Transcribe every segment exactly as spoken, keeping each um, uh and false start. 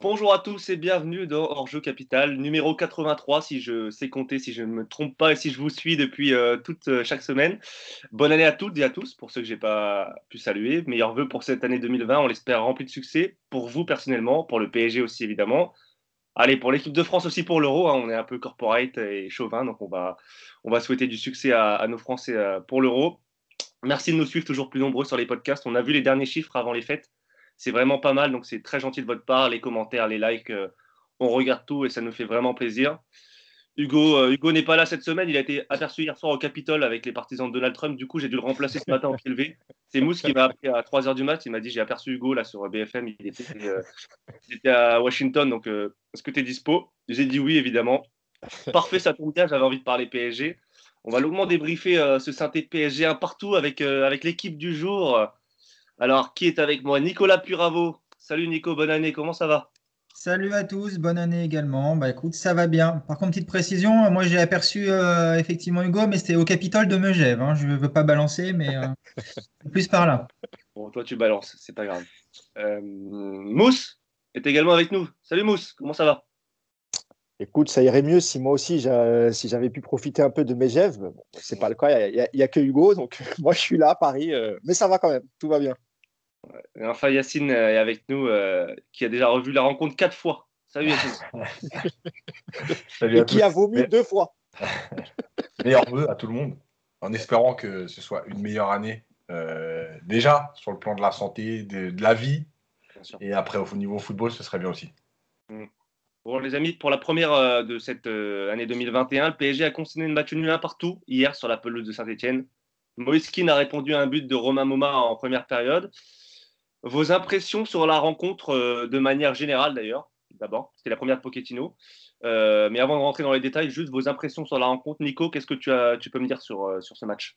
Bonjour à tous et bienvenue dans Hors-jeu Capital, numéro quatre-vingt-trois, si je sais compter, si je ne me trompe pas et si je vous suis depuis euh, toute euh, chaque semaine. Bonne année à toutes et à tous, pour ceux que je n'ai pas pu saluer. Meilleurs vœux pour cette année deux mille vingt, on l'espère remplie de succès, pour vous personnellement, pour le P S G aussi évidemment. Allez, pour l'équipe de France aussi pour l'Euro, hein, on est un peu corporate et chauvin, donc on va, on va souhaiter du succès à, à nos Français euh, pour l'Euro. Merci de nous suivre toujours plus nombreux sur les podcasts. On a vu les derniers chiffres avant les fêtes. C'est vraiment pas mal, donc c'est très gentil de votre part. Les commentaires, les likes, euh, on regarde tout et ça nous fait vraiment plaisir. Hugo, euh, Hugo n'est pas là cette semaine. Il a été aperçu hier soir au Capitole avec les partisans de Donald Trump. Du coup, j'ai dû le remplacer ce matin au pied levé. C'est Mousse qui m'a appelé à trois heures du mat. Il m'a dit j'ai aperçu Hugo là sur B F M. Il était, euh, il était à Washington. Donc, euh, est-ce que tu es dispo? J'ai dit oui, évidemment. Parfait, ça tombe bien. J'avais envie de parler P S G. On va longuement débriefer euh, ce synthé de P S G un partout avec, euh, avec l'équipe du jour. Alors, qui est avec moi? Nicolas Puravo. Salut Nico, bonne année, comment ça va? Salut à tous, bonne année également. Bah écoute, ça va bien. Par contre, petite précision, moi j'ai aperçu euh, effectivement Hugo, mais c'était au Capitole de Megève, hein. Je ne veux pas balancer, mais euh, plus par là. Bon, toi tu balances, c'est pas grave. Euh, Mousse est également avec nous. Salut Mousse, comment ça va? Écoute, ça irait mieux si moi aussi, j'a- si j'avais pu profiter un peu de mes gèves. Mais bon, c'est pas le cas, il n'y a, il y a que Hugo, donc moi je suis là à Paris, euh, mais ça va quand même, tout va bien. Et enfin Yacine est avec nous, euh, qui a déjà revu la rencontre quatre fois. Salut Yacine. Salut Et à qui tous. a vomi Me- deux fois. Meilleurs vœux à tout le monde, en espérant que ce soit une meilleure année, euh, déjà sur le plan de la santé, de, de la vie, Bien sûr. et après au niveau football, ce serait bien aussi. Mm. Bon les amis, pour la première euh, de cette euh, année deux mille vingt et un, le P S G a consigné une match nul un partout hier sur la pelouse de Saint-Etienne. Moïse Kean a répondu à un but de Romain Moma en première période. Vos impressions sur la rencontre euh, de manière générale d'ailleurs, d'abord, c'était la première de Pochettino. Euh, mais avant de rentrer dans les détails, juste vos impressions sur la rencontre. Nico, qu'est-ce que tu, as, tu peux me dire sur, euh, sur ce match?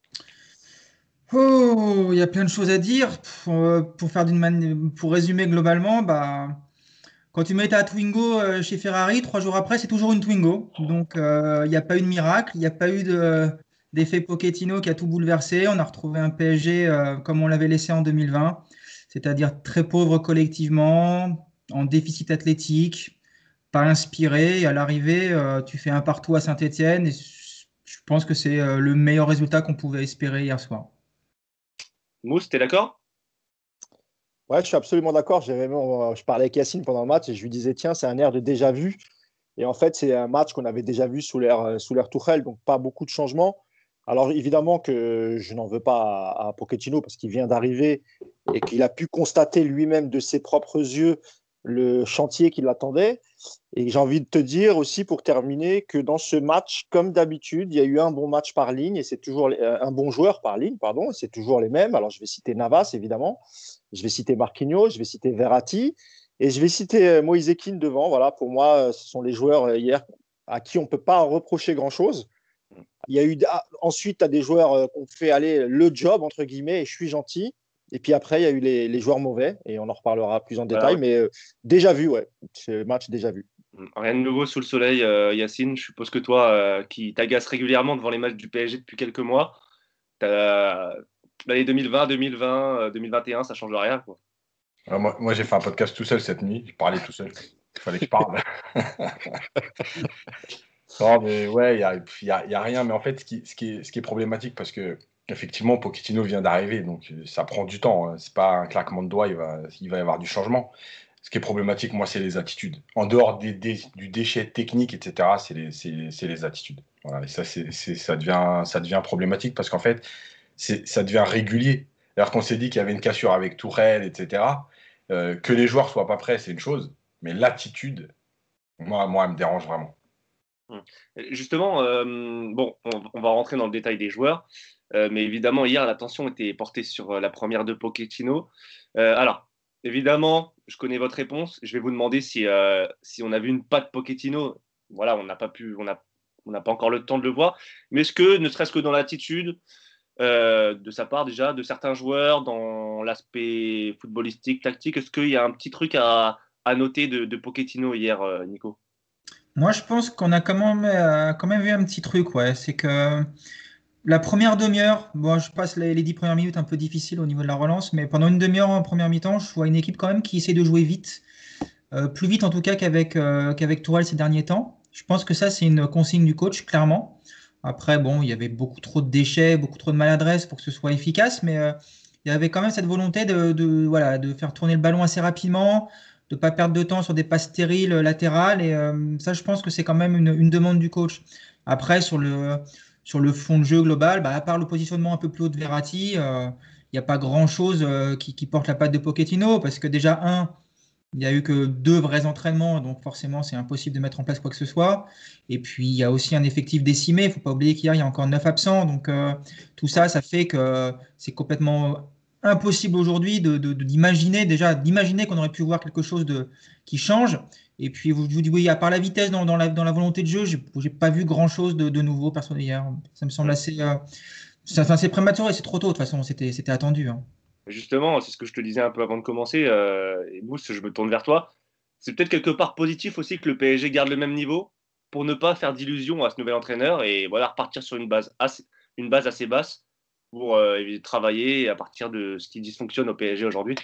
Oh, il y a plein de choses à dire. Pour, euh, pour faire d'une mani- pour résumer globalement, bah, quand tu mets ta Twingo euh, chez Ferrari, trois jours après, c'est toujours une Twingo. Donc, euh, il n'y a pas eu de miracle, il n'y a pas eu de, d'effet Pochettino qui a tout bouleversé. On a retrouvé un P S G euh, comme on l'avait laissé en deux mille vingt, c'est-à-dire très pauvre collectivement, en déficit athlétique, pas inspiré. Et à l'arrivée, euh, tu fais un partout à Saint-Étienne et je pense que c'est euh, le meilleur résultat qu'on pouvait espérer hier soir. Mousse, t'es d'accord? Ouais, je suis absolument d'accord. J'ai vraiment- Je parlais avec Yacine pendant le match et je lui disais, tiens, c'est un air de déjà vu. Et en fait, c'est un match qu'on avait déjà vu sous l'ère euh, sous l'ère Tuchel, donc pas beaucoup de changements. Alors évidemment que je n'en veux pas à, à Pochettino parce qu'il vient d'arriver et qu'il a pu constater lui-même de ses propres yeux le chantier qui l'attendait. Et j'ai envie de te dire aussi pour terminer que dans ce match, comme d'habitude, il y a eu un bon match par ligne et c'est toujours les- euh, un bon joueur par ligne, pardon, et c'est toujours les mêmes. Alors je vais citer Navas évidemment, je vais citer Marquinhos, je vais citer Verratti et je vais citer euh, Moïse Kean devant. Voilà, pour moi, euh, ce sont les joueurs euh, hier à qui on ne peut pas reprocher grand-chose. Il y a eu ah, ensuite, tu as des joueurs euh, qui ont fait aller le job entre guillemets et je suis gentil. Et puis après, il y a eu les, les joueurs mauvais et on en reparlera plus en Voilà, détail, ouais. mais euh, déjà vu, ouais, c'est match déjà vu. Rien de nouveau sous le soleil, euh, Yacine. Je suppose que toi, euh, qui t'agaces régulièrement devant les matchs du P S G depuis quelques mois, t'as- l'année deux mille vingt, deux mille vingt, euh, deux mille vingt et un, ça change rien, quoi. Alors, moi, moi, j'ai fait un podcast tout seul cette nuit, je parlais tout seul, il fallait que je parle. Non, mais ouais, il n'y a, il y a, il y a rien. Mais en fait, ce qui, ce qui est, ce qui est problématique, parce que effectivement, Pochettino vient d'arriver, donc euh, ça prend du temps, hein. C'est pas un claquement de doigts, il va, il va y avoir du changement. Ce qui est problématique, moi, c'est les attitudes. En dehors des, des- du déchet technique, et cetera, c'est les, c'est, c'est les attitudes. Voilà, et ça, c'est, c'est- ça devient, ça devient problématique parce qu'en fait, c'est, ça devient régulier. Alors qu'on s'est dit qu'il y avait une cassure avec Tourelle, et cetera, euh, que les joueurs soient pas prêts, c'est une chose, mais l'attitude, moi, moi, elle me dérange vraiment. Hmm. Justement, euh, bon, on, on va rentrer dans le détail des joueurs, euh, mais évidemment, hier, l'attention était portée sur euh, la première de Pochettino. Euh, alors, évidemment, je connais votre réponse. Je vais vous demander si, euh, si on a vu une patte Pochettino. Voilà, on n'a pas pu, on n'a on n'a pas encore le temps de le voir. Mais est-ce que, ne serait-ce que dans l'attitude euh, de sa part déjà, de certains joueurs, dans l'aspect footballistique, tactique, est-ce qu'il y a un petit truc à, à noter de, de Pochettino hier, euh, Nico? Moi, je pense qu'on a quand même, euh, quand même vu un petit truc, ouais. C'est que la première demi-heure, bon, je passe les, les dix premières minutes un peu difficiles au niveau de la relance, mais pendant une demi-heure en première mi-temps, je vois une équipe quand même qui essaie de jouer vite, euh, plus vite en tout cas qu'avec euh, qu'avec Tourelle ces derniers temps. Je pense que ça, c'est une consigne du coach, clairement. Après, bon, il y avait beaucoup trop de déchets, beaucoup trop de maladresse pour que ce soit efficace, mais euh, il y avait quand même cette volonté de, de, voilà, de faire tourner le ballon assez rapidement, de ne pas perdre de temps sur des passes stériles latérales. Et euh, ça, je pense que c'est quand même une, une demande du coach. Après, sur le, sur le fond de jeu global, bah, à part le positionnement un peu plus haut de Verratti, euh, il n'y a pas grand-chose euh, qui, qui porte la patte de Pochettino, parce que déjà, un, il n'y a eu que deux vrais entraînements, donc forcément, c'est impossible de mettre en place quoi que ce soit. Et puis, il y a aussi un effectif décimé. Il ne faut pas oublier qu'hier, il y a encore neuf absents. Donc, euh, tout ça, ça fait que c'est complètement impossible aujourd'hui de, de- de- d'imaginer, déjà, d'imaginer qu'on aurait pu voir quelque chose de, qui change. Et puis, vous, je vous dis, oui, à part la vitesse dans, dans la, dans la volonté de jeu, je n'ai pas vu grand-chose de, de nouveau, perso, hier. Ça me semble assez, euh, ça- enfin, c'est prématuré, c'est trop tôt, de toute façon, c'était, c'était attendu, hein. Justement, c'est ce que je te disais un peu avant de commencer. Euh, et Mousse, je me tourne vers toi. C'est peut-être quelque part positif aussi que le P S G garde le même niveau pour ne pas faire d'illusions à ce nouvel entraîneur et voilà, repartir sur une base assez, une base assez basse pour euh, travailler à partir de ce qui dysfonctionne au P S G aujourd'hui.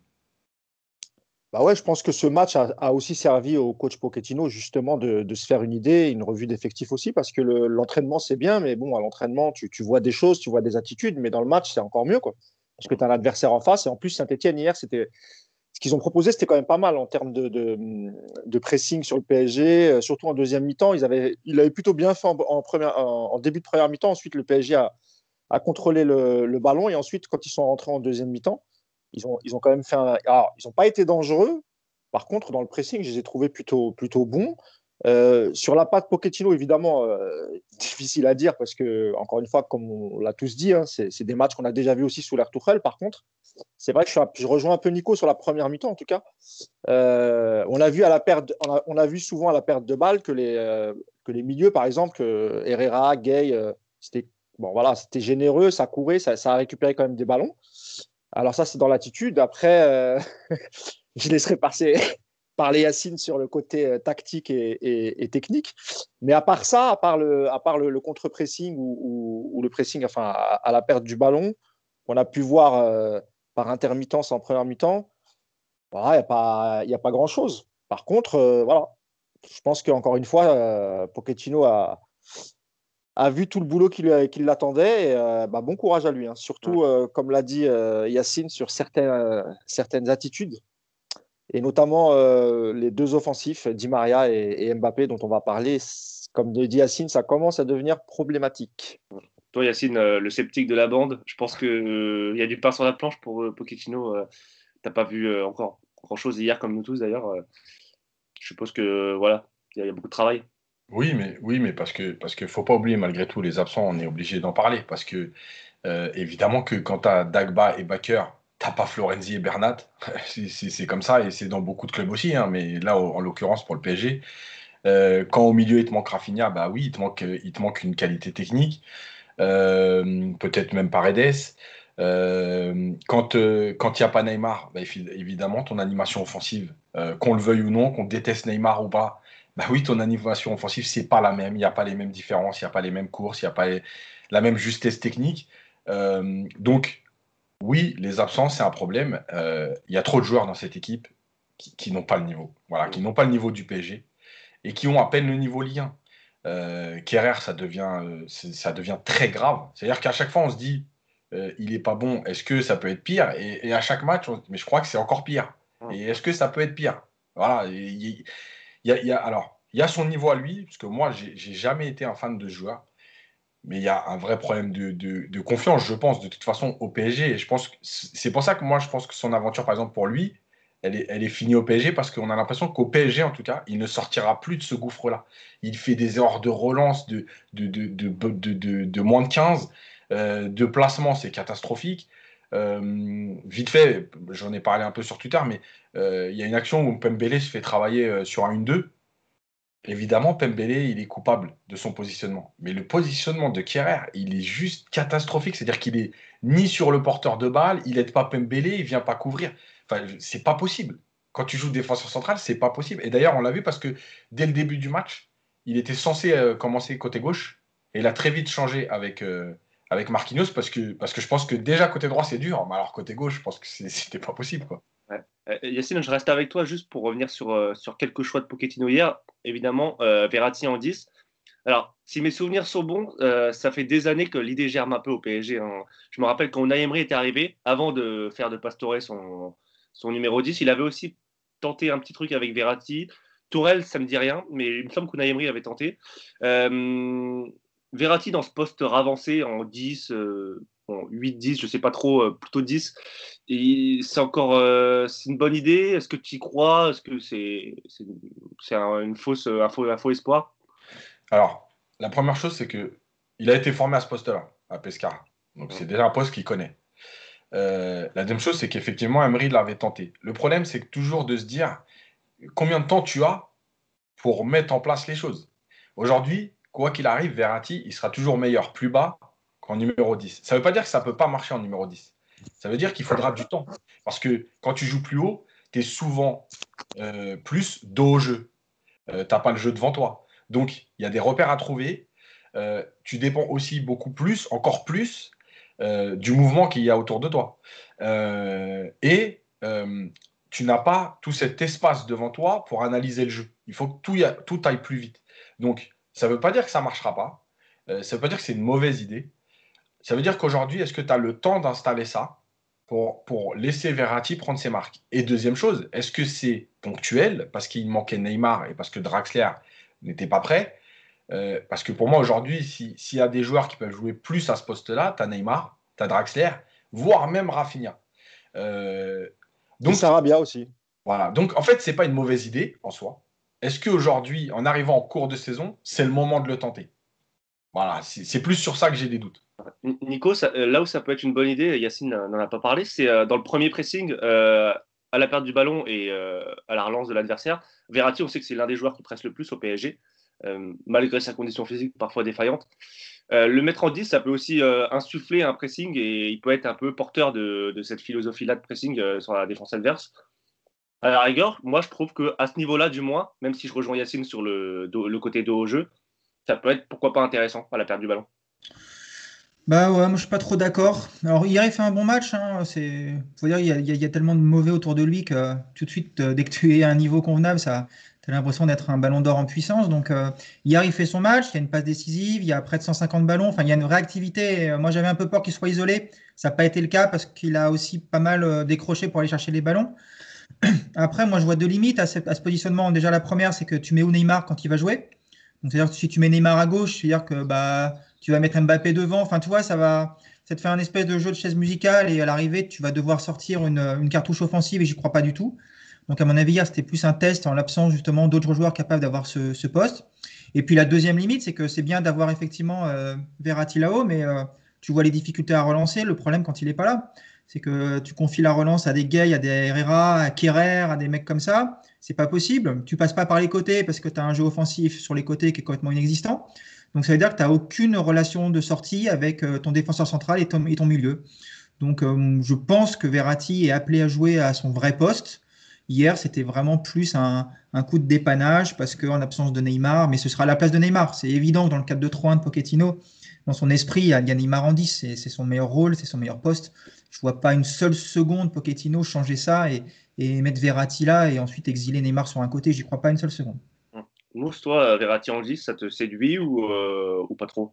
Bah ouais, je pense que ce match a, a aussi servi au coach Pochettino justement de, de se faire une idée, une revue d'effectifs aussi, parce que le- l'entraînement c'est bien, mais bon, à l'entraînement tu, tu vois des choses, tu vois des attitudes, mais dans le match c'est encore mieux, quoi. Parce que tu as un adversaire en face, et en plus Saint-Etienne hier, c'était ce qu'ils ont proposé, c'était quand même pas mal en termes de, de, de pressing sur le P S G, euh, surtout en deuxième mi-temps. Ils avaient, il avait plutôt bien fait en, en première, en, en début de première mi-temps. Ensuite, le P S G a, a contrôlé le, le ballon, et ensuite, quand ils sont rentrés en deuxième mi-temps, ils ont, ils ont quand même fait un. Alors, ils n'ont pas été dangereux. Par contre, dans le pressing, je les ai trouvés plutôt, plutôt bons. Euh, sur la patte Pochettino, évidemment, euh, difficile à dire parce que, encore une fois, comme on l'a tous dit, hein, c'est c'est des matchs qu'on a déjà vus aussi sous l'ère Tuchel. Par contre, c'est vrai que je, suis un- je rejoins un peu Nico sur la première mi-temps, en tout cas. Euh, on a vu à la perte, on a, on a vu souvent à la perte de balles que les, euh, que les milieux, par exemple, que Herrera, Gay, euh, c'était bon, voilà, c'était généreux, ça courait, ça, ça a récupéré quand même des ballons. Alors ça, c'est dans l'attitude. Après, euh, je laisserai passer parler Yacine sur le côté euh, tactique et, et- et technique. Mais à part ça, à part le, à part le, le contre-pressing ou, ou- ou le pressing, enfin à, à la perte du ballon, on a pu voir euh, par intermittence en première mi-temps, voilà, il n'y a pas, il y a pas grand-chose. Par contre, euh, voilà, je pense qu'encore une fois, euh, Pochettino a, a vu tout le boulot qui, lui- qui l'attendait. Et, euh, bah, bon courage à lui, hein. Surtout, euh, comme l'a dit euh, Yacine, sur certaines, euh, certaines attitudes, et notamment euh, les deux offensifs, Di Maria et, et Mbappé, dont on va parler. Comme le dit Yacine, ça commence à devenir problématique. Toi, Yacine, euh, le sceptique de la bande, je pense qu'il euh, y a du pain sur la planche pour euh, Pochettino. Euh, T'as pas vu euh, encore grand-chose hier, comme nous tous d'ailleurs. Euh, je suppose que euh, voilà, il y, a y a beaucoup de travail. Oui, mais, oui, mais parce que parce qu'il faut pas oublier, malgré tout, les absents, on est obligé d'en parler. Parce que, euh, évidemment, que quand tu as Dagba et Bakker, t'as pas Florenzi et Bernat. C'est c'est- c'est comme ça, et c'est dans beaucoup de clubs aussi, hein, mais là, en l'occurrence, pour le P S G. Euh, quand au milieu, il te manque Rafinha, bah oui, il te manque, il te manque une qualité technique. Euh, peut-être même Paredes. Euh, quand euh, quand il n'y a pas Neymar, bah, évi- évidemment, ton animation offensive, euh, qu'on le veuille ou non, qu'on déteste Neymar ou pas, bah oui, ton animation offensive, c'est pas la même. Il n'y a pas les mêmes différences, il n'y a pas les mêmes courses, il n'y a pas les- la même justesse technique. Euh, donc, oui, les absences, c'est un problème. Euh, Il y a trop de joueurs dans cette équipe qui, qui n'ont pas le niveau. Voilà, qui n'ont pas le niveau du P S G et qui ont à peine le niveau Ligue un. Euh, Kerrer, ça devient, euh, c'est- ça devient très grave. C'est-à-dire qu'à chaque fois, on se dit, euh, il est pas bon, est-ce que ça peut être pire? Et, et à chaque match, on se dit, mais je crois que c'est encore pire. Et est-ce que ça peut être pire? Voilà. et Il y, il y a, il y a- alors, il y a son niveau à lui, parce que moi, j'ai j'ai jamais été un fan de ce joueur. Mais il y a un vrai problème de, de- de confiance, je pense, de toute façon, au P S G. Et je pense que c'est c'est pour ça que moi, je pense que son aventure, par exemple, pour lui, elle est, elle est finie au P S G parce qu'on a l'impression qu'au P S G, en tout cas, il ne sortira plus de ce gouffre-là. Il fait des erreurs de relance de, de, de, de, de- de- de moins de quinze, euh, de placement, c'est catastrophique. Euh, vite fait, j'en ai parlé un peu sur Twitter, mais euh, il y a une action où Pembele se fait travailler euh, sur un un deux. Évidemment, Pembele, il est coupable de son positionnement. Mais le positionnement de Kierer, il est juste catastrophique. C'est-à-dire qu'il est ni sur le porteur de balle, il n'aide pas Pembele, il vient pas couvrir. Enfin, c'est pas possible. Quand tu joues défenseur central, c'est pas possible. Et d'ailleurs, on l'a vu parce que dès le début du match, il était censé euh, commencer côté gauche. Et il a très vite changé avec, euh, avec Marquinhos parce que, parce que je pense que déjà côté droit, c'est dur. Mais alors côté gauche, je pense que c'est- c'était pas possible, quoi. Ouais. Euh, Yacine, je reste avec toi juste pour revenir sur, euh, sur quelques choix de Pochettino hier. Évidemment, euh, Verratti en dix. Alors, si mes souvenirs sont bons, euh, ça fait des années que l'idée germe un peu au P S G, hein. Je me rappelle quand Unai Emery était arrivé, avant de faire de Pastore son, son numéro dix, il avait aussi tenté un petit truc avec Verratti. Tourelle, ça me dit rien, mais il me semble qu'Unai Emery avait tenté. Euh, Verratti dans ce poste ravancé en dix, euh, bon, huit dix, je sais pas trop, euh, plutôt dix. Et c'est encore euh, c'est une bonne idée. Est-ce que tu y crois? Est-ce que c'est c'est c'est un, une fausse, un, faux, un faux espoir? Alors, la première chose, c'est que il a été formé à ce poste-là, à Pescara. Donc, c'est déjà un poste qu'il connaît. Euh, la deuxième chose, c'est qu'effectivement, Emery l'avait tenté. Le problème, c'est que toujours de se dire combien de temps tu as pour mettre en place les choses. Aujourd'hui, quoi qu'il arrive, Verratti, il sera toujours meilleur plus bas qu'en numéro dix. Ça ne veut pas dire que ça ne peut pas marcher en numéro dix. Ça veut dire qu'il faudra du temps. Parce que quand tu joues plus haut, tu es souvent euh, plus dos au jeu. Euh, tu n'as pas le jeu devant toi. Donc, il y a des repères à trouver. Euh, tu dépends aussi beaucoup plus, encore plus, euh, du mouvement qu'il y a autour de toi. Euh, et euh, tu n'as pas tout cet espace devant toi pour analyser le jeu. Il faut que tout, y a, tout aille plus vite. Donc, ça ne veut pas dire que ça ne marchera pas. Euh, ça ne veut pas dire que c'est une mauvaise idée. Ça veut dire qu'aujourd'hui, est-ce que tu as le temps d'installer ça pour, pour laisser Verratti prendre ses marques? Et deuxième chose, est-ce que c'est ponctuel parce qu'il manquait Neymar et parce que Draxler n'était pas prêt? Euh, parce que pour moi, aujourd'hui, si- s'il y a des joueurs qui peuvent jouer plus à ce poste-là, tu as Neymar, tu as Draxler, voire même Rafinha. Euh, Et donc, Sarabia aussi. voilà. Donc, en fait, ce n'est pas une mauvaise idée en soi. Est-ce qu'aujourd'hui, en arrivant en cours de saison, c'est le moment de le tenter? Voilà, c'est c'est plus sur ça que j'ai des doutes. Nico, ça- euh, là où ça peut être une bonne idée, Yacine n'en a pas parlé, c'est euh, dans le premier pressing, euh, à la perte du ballon et euh, à la relance de l'adversaire. Verratti, on sait que c'est l'un des joueurs qui presse le plus au P S G, euh, malgré sa condition physique parfois défaillante. Euh, le mettre en dix, ça peut aussi euh, insuffler un pressing et il peut être un peu porteur de, de cette philosophie-là de pressing euh, sur la défense adverse. À la rigueur, moi je trouve qu'à ce niveau-là, du moins, même si je rejoins Yacine sur le, le côté dos au jeu, ça peut être pourquoi pas intéressant à la perte du ballon. Bah ouais, moi je suis pas trop d'accord. Alors hier il fait un bon match, hein, c'est, faut dire il y a, il y a- il y a tellement de mauvais autour de lui que tout de suite euh, dès que tu es à un niveau convenable, ça, t'as l'impression d'être un ballon d'or en puissance. Donc euh, hier il fait son match, il y a une passe décisive, il y a près de cent cinquante ballons, enfin il y a une vraie activité. Euh, Moi j'avais un peu peur qu'il soit isolé, ça n'a pas été le cas parce qu'il a aussi pas mal euh, décroché pour aller chercher les ballons. Après moi je vois deux limites à ce, à ce positionnement. Déjà la première c'est que tu mets où Neymar quand il va jouer. Donc, c'est-à-dire que si tu mets Neymar à gauche, c'est-à-dire que bah, tu vas mettre Mbappé devant. Enfin, tu vois, ça va, ça te fait un espèce de jeu de chaise musicale et à l'arrivée, tu vas devoir sortir une, une cartouche offensive et j'y crois pas du tout. Donc, à mon avis, hier, c'était plus un test en l'absence justement d'autres joueurs capables d'avoir ce, ce poste. Et puis, la deuxième limite, c'est que c'est bien d'avoir effectivement euh, Verratti là-haut, mais euh, tu vois les difficultés à relancer. Le problème quand il n'est pas là, c'est que tu confies la relance à des Gay, à des Herrera, à Kerrer, à des mecs comme ça. C'est pas possible. Tu passes pas par les côtés parce que tu as un jeu offensif sur les côtés qui est complètement inexistant. Donc ça veut dire que tu n'as aucune relation de sortie avec euh, ton défenseur central et ton, et ton milieu. Donc euh, je pense que Verratti est appelé à jouer à son vrai poste. Hier, c'était vraiment plus un, un coup de dépannage parce qu'en absence de Neymar, mais ce sera à la place de Neymar. C'est évident que dans le quatre deux trois un de Pochettino, dans son esprit, il y a Neymar en dix, c'est c'est son meilleur rôle, c'est son meilleur poste. Je vois pas une seule seconde Pochettino changer ça et, et mettre Verratti là et ensuite exiler Neymar sur un côté. J'y crois pas une seule seconde. Mousse, toi, Verratti en dix, ça te séduit ou, euh, ou pas trop?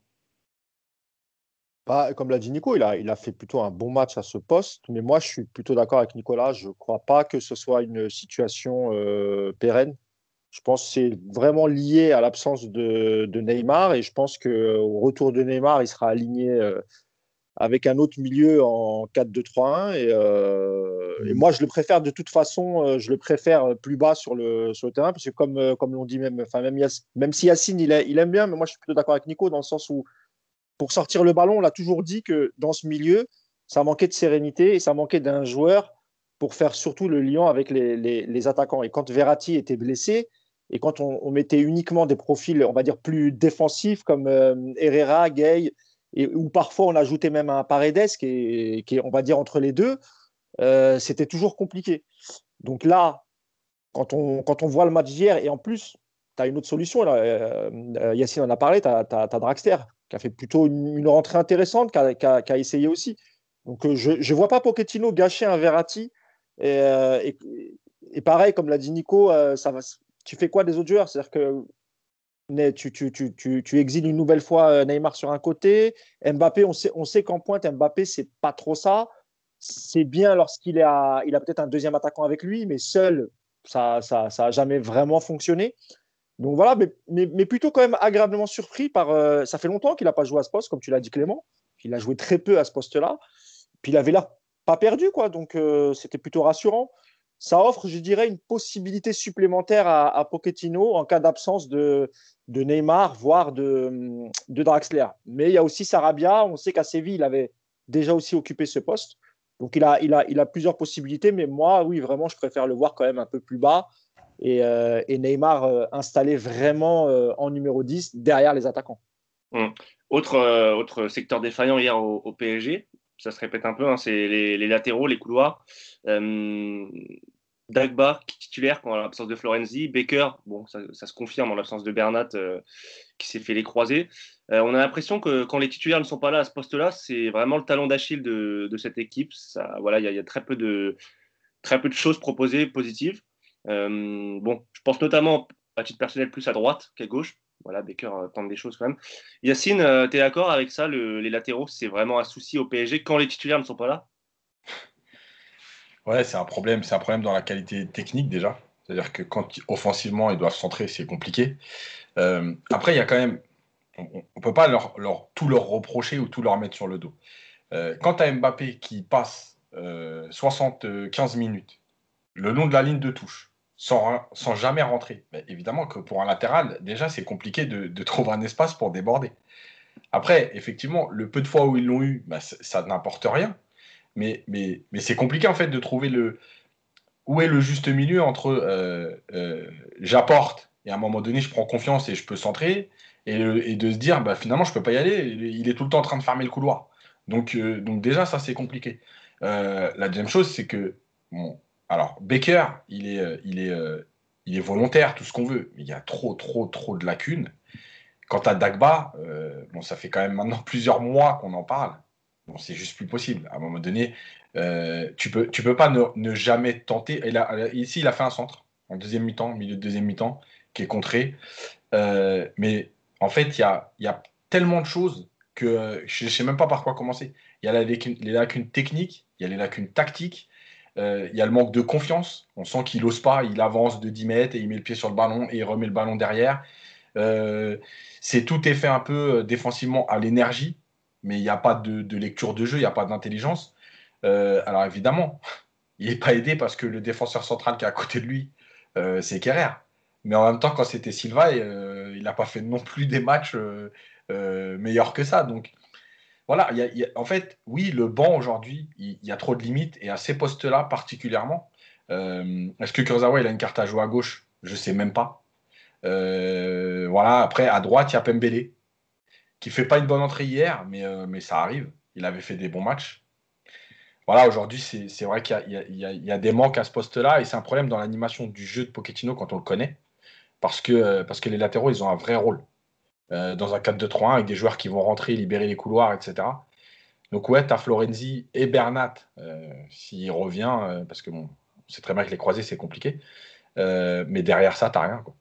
Bah, comme l'a dit Nico, il a, il a fait plutôt un bon match à ce poste, mais moi je suis plutôt d'accord avec Nicolas. Je ne crois pas que ce soit une situation euh, pérenne. Je pense que c'est vraiment lié à l'absence de, de Neymar et je pense qu'au retour de Neymar, il sera aligné euh, avec un autre milieu en quatre deux trois un. Et, euh, et moi, je le préfère de toute façon, euh, je le préfère plus bas sur le, sur le terrain parce que comme, euh, comme l'on dit même, enfin, même, Yass- même si Yacine, il, a- il aime bien, mais moi je suis plutôt d'accord avec Nico dans le sens où pour sortir le ballon, on l'a toujours dit que dans ce milieu, ça manquait de sérénité et ça manquait d'un joueur pour faire surtout le lien avec les, les, les attaquants. Et quand Verratti était blessé et quand on, on, mettait uniquement des profils, on va dire, plus défensifs comme euh, Herrera, Gay, et où parfois on ajoutait même un Paredes qui est, qui est on va dire, entre les deux, euh, c'était toujours compliqué. Donc là, quand on, quand on voit le match d'hier, et en plus, tu as une autre solution, là, euh, Yacine en a parlé, tu as, Draxler qui a fait plutôt une, une rentrée intéressante, qui a, qui a, qui a essayé aussi. Donc euh, je ne vois pas Pochettino gâcher un Verratti Et, euh, et, et pareil, comme l'a dit Nico, euh, ça va, tu fais quoi des autres joueurs? C'est-à-dire que tu, tu, tu, tu, tu exiles une nouvelle fois Neymar sur un côté. Mbappé, on sait, on sait qu'en pointe, Mbappé, c'est pas trop ça. C'est bien lorsqu'il a, il a peut-être un deuxième attaquant avec lui, mais seul, ça ça, ça a jamais vraiment fonctionné. Donc voilà, mais, mais, mais plutôt quand même agréablement surpris par. Euh, ça fait longtemps qu'il n'a pas joué à ce poste, comme tu l'as dit Clément. Il a joué très peu à ce poste-là. Puis il avait l'air pas perdu, quoi. Donc euh, c'était plutôt rassurant. Ça offre, je dirais, une possibilité supplémentaire à, à Pochettino en cas d'absence de, de Neymar, voire de, de Draxler. Mais il y a aussi Sarabia. On sait qu'à Séville, il avait déjà aussi occupé ce poste. Donc il a, il a, il a plusieurs possibilités. Mais moi, oui, vraiment, je préfère le voir quand même un peu plus bas. Et, euh, et Neymar euh, installé vraiment euh, en numéro dix derrière les attaquants. Hum. Autre, euh, autre secteur défaillant hier au, au P S G, ça se répète un peu, hein, c'est les, les latéraux, les couloirs. Euh, Dagba titulaire en l'absence de Florenzi, Baker, bon, ça, ça se confirme en l'absence de Bernat euh, qui s'est fait les croisés. Euh, on a l'impression que quand les titulaires ne sont pas là à ce poste-là, c'est vraiment le talon d'Achille de, de cette équipe. Ça, voilà, il y, y, a très peu de très peu de choses proposées positives. Euh, bon, je pense notamment à titre personnel plus à droite qu'à gauche. Voilà, Baker euh, tente des choses quand même. Yacine, euh, tu es d'accord avec ça? Le, les latéraux, c'est vraiment un souci au P S G quand les titulaires ne sont pas là? Ouais, c'est un problème. C'est un problème dans la qualité technique déjà. C'est-à-dire que quand offensivement ils doivent centrer, c'est compliqué. Euh, après, il y a quand même. On ne peut pas leur, leur, tout leur reprocher ou tout leur mettre sur le dos. Euh, quand tu as Mbappé qui passe euh, soixante-quinze minutes le long de la ligne de touche, sans, sans jamais rentrer, ben évidemment que pour un latéral, déjà, c'est compliqué de, de trouver un espace pour déborder. Après, effectivement, le peu de fois où ils l'ont eu, ben, ça n'importe rien. Mais, mais, mais c'est compliqué, en fait, de trouver le, où est le juste milieu entre euh, euh, j'apporte et à un moment donné, je prends confiance et je peux centrer, et, et de se dire, bah, finalement, je ne peux pas y aller, il est tout le temps en train de fermer le couloir. Donc, euh, donc déjà, ça, c'est compliqué. Euh, la deuxième chose, c'est que, bon, alors, Baker, il est, euh, il, est, euh, il est volontaire, tout ce qu'on veut, mais il y a trop, trop, trop de lacunes. Quant à Dagba, euh, bon, ça fait quand même maintenant plusieurs mois qu'on en parle. Bon, c'est juste plus possible. À un moment donné, euh, tu peux, tu peux pas ne, ne jamais tenter. Et là, ici, il a fait un centre en deuxième mi-temps, milieu de deuxième mi-temps, qui est contré. Euh, mais en fait, il y a, y a tellement de choses que euh, je ne sais même pas par quoi commencer. Il y a la, les, les lacunes techniques, il y a les lacunes tactiques, euh, il y a le manque de confiance. On sent qu'il n'ose pas, il avance de dix mètres et il met le pied sur le ballon et il remet le ballon derrière. Euh, c'est tout est fait un peu défensivement à l'énergie, mais il n'y a pas de, de, lecture de jeu, il n'y a pas d'intelligence. Euh, alors évidemment, il n'est pas aidé parce que le défenseur central qui est à côté de lui, euh, c'est Kerrer. Mais en même temps, quand c'était Silva, euh, il n'a pas fait non plus des matchs euh, euh, meilleurs que ça. Donc voilà, y a, y a, en fait, oui, le banc aujourd'hui, il y, y a trop de limites, et à ces postes-là particulièrement, euh, est-ce que Kurzawa il a une carte à jouer à gauche? Je ne sais même pas. Euh, voilà, après, à droite, il y a Pembele, qui fait pas une bonne entrée hier, mais, euh, mais ça arrive. Il avait fait des bons matchs. Voilà, aujourd'hui, c'est, c'est vrai qu'il y a, il y, a, il y a des manques à ce poste-là, et c'est un problème dans l'animation du jeu de Pochettino quand on le connaît, parce que, parce que les latéraux, ils ont un vrai rôle. Euh, dans un quatre deux trois un, avec des joueurs qui vont rentrer, libérer les couloirs, et cetera. Donc ouais, tu as Florenzi et Bernat, euh, s'il revient, euh, parce que bon, c'est très bien que les croisés, c'est compliqué. Euh, mais derrière ça, tu n'as rien, quoi.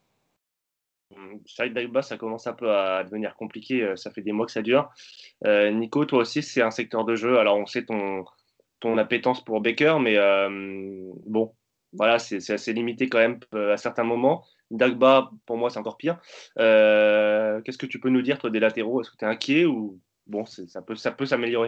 Cyril Dagba, ça commence un peu à devenir compliqué. Ça fait des mois que ça dure. Euh, Nico, toi aussi, c'est un secteur de jeu. Alors, on sait ton, ton appétence pour Baker, mais euh, bon, voilà, c'est, c'est assez limité quand même à certains moments. Dagba, pour moi, c'est encore pire. Euh, qu'est-ce que tu peux nous dire, toi, des latéraux? Est-ce que tu es inquiet ou bon, c'est, ça peut, ça peut s'améliorer?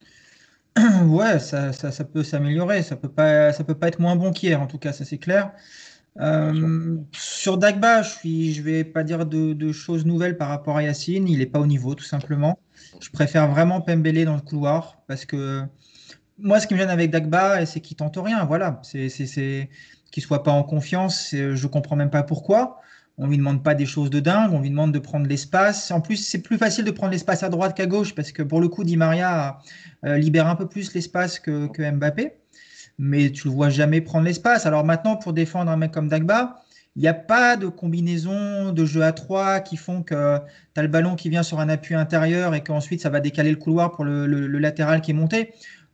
Ouais, ça, ça, ça peut s'améliorer. Ça peut pas, ça peut pas être moins bon qu'hier, en tout cas, ça c'est clair. Euh, sur Dagba, je suis, je vais pas dire de, de choses nouvelles par rapport à Yacine. Il n'est pas au niveau, tout simplement. Je préfère vraiment Pembele dans le couloir parce que moi, ce qui me gêne avec Dagba, c'est qu'il tente rien. Voilà, c'est, c'est, c'est qu'il soit pas en confiance. c'est- Je comprends même pas pourquoi. On lui demande pas des choses de dingue. On lui demande de prendre l'espace. En plus, c'est plus facile de prendre l'espace à droite qu'à gauche parce que pour le coup, Di Maria euh, libère un peu plus l'espace que, que Mbappé, mais tu le vois jamais prendre l'espace. Alors maintenant, pour défendre un mec comme Dagba, il n'y a pas de combinaison de jeu à trois qui font que tu as le ballon qui vient sur un appui intérieur et qu'ensuite ça va décaler le couloir pour le, le- le latéral qui est monté.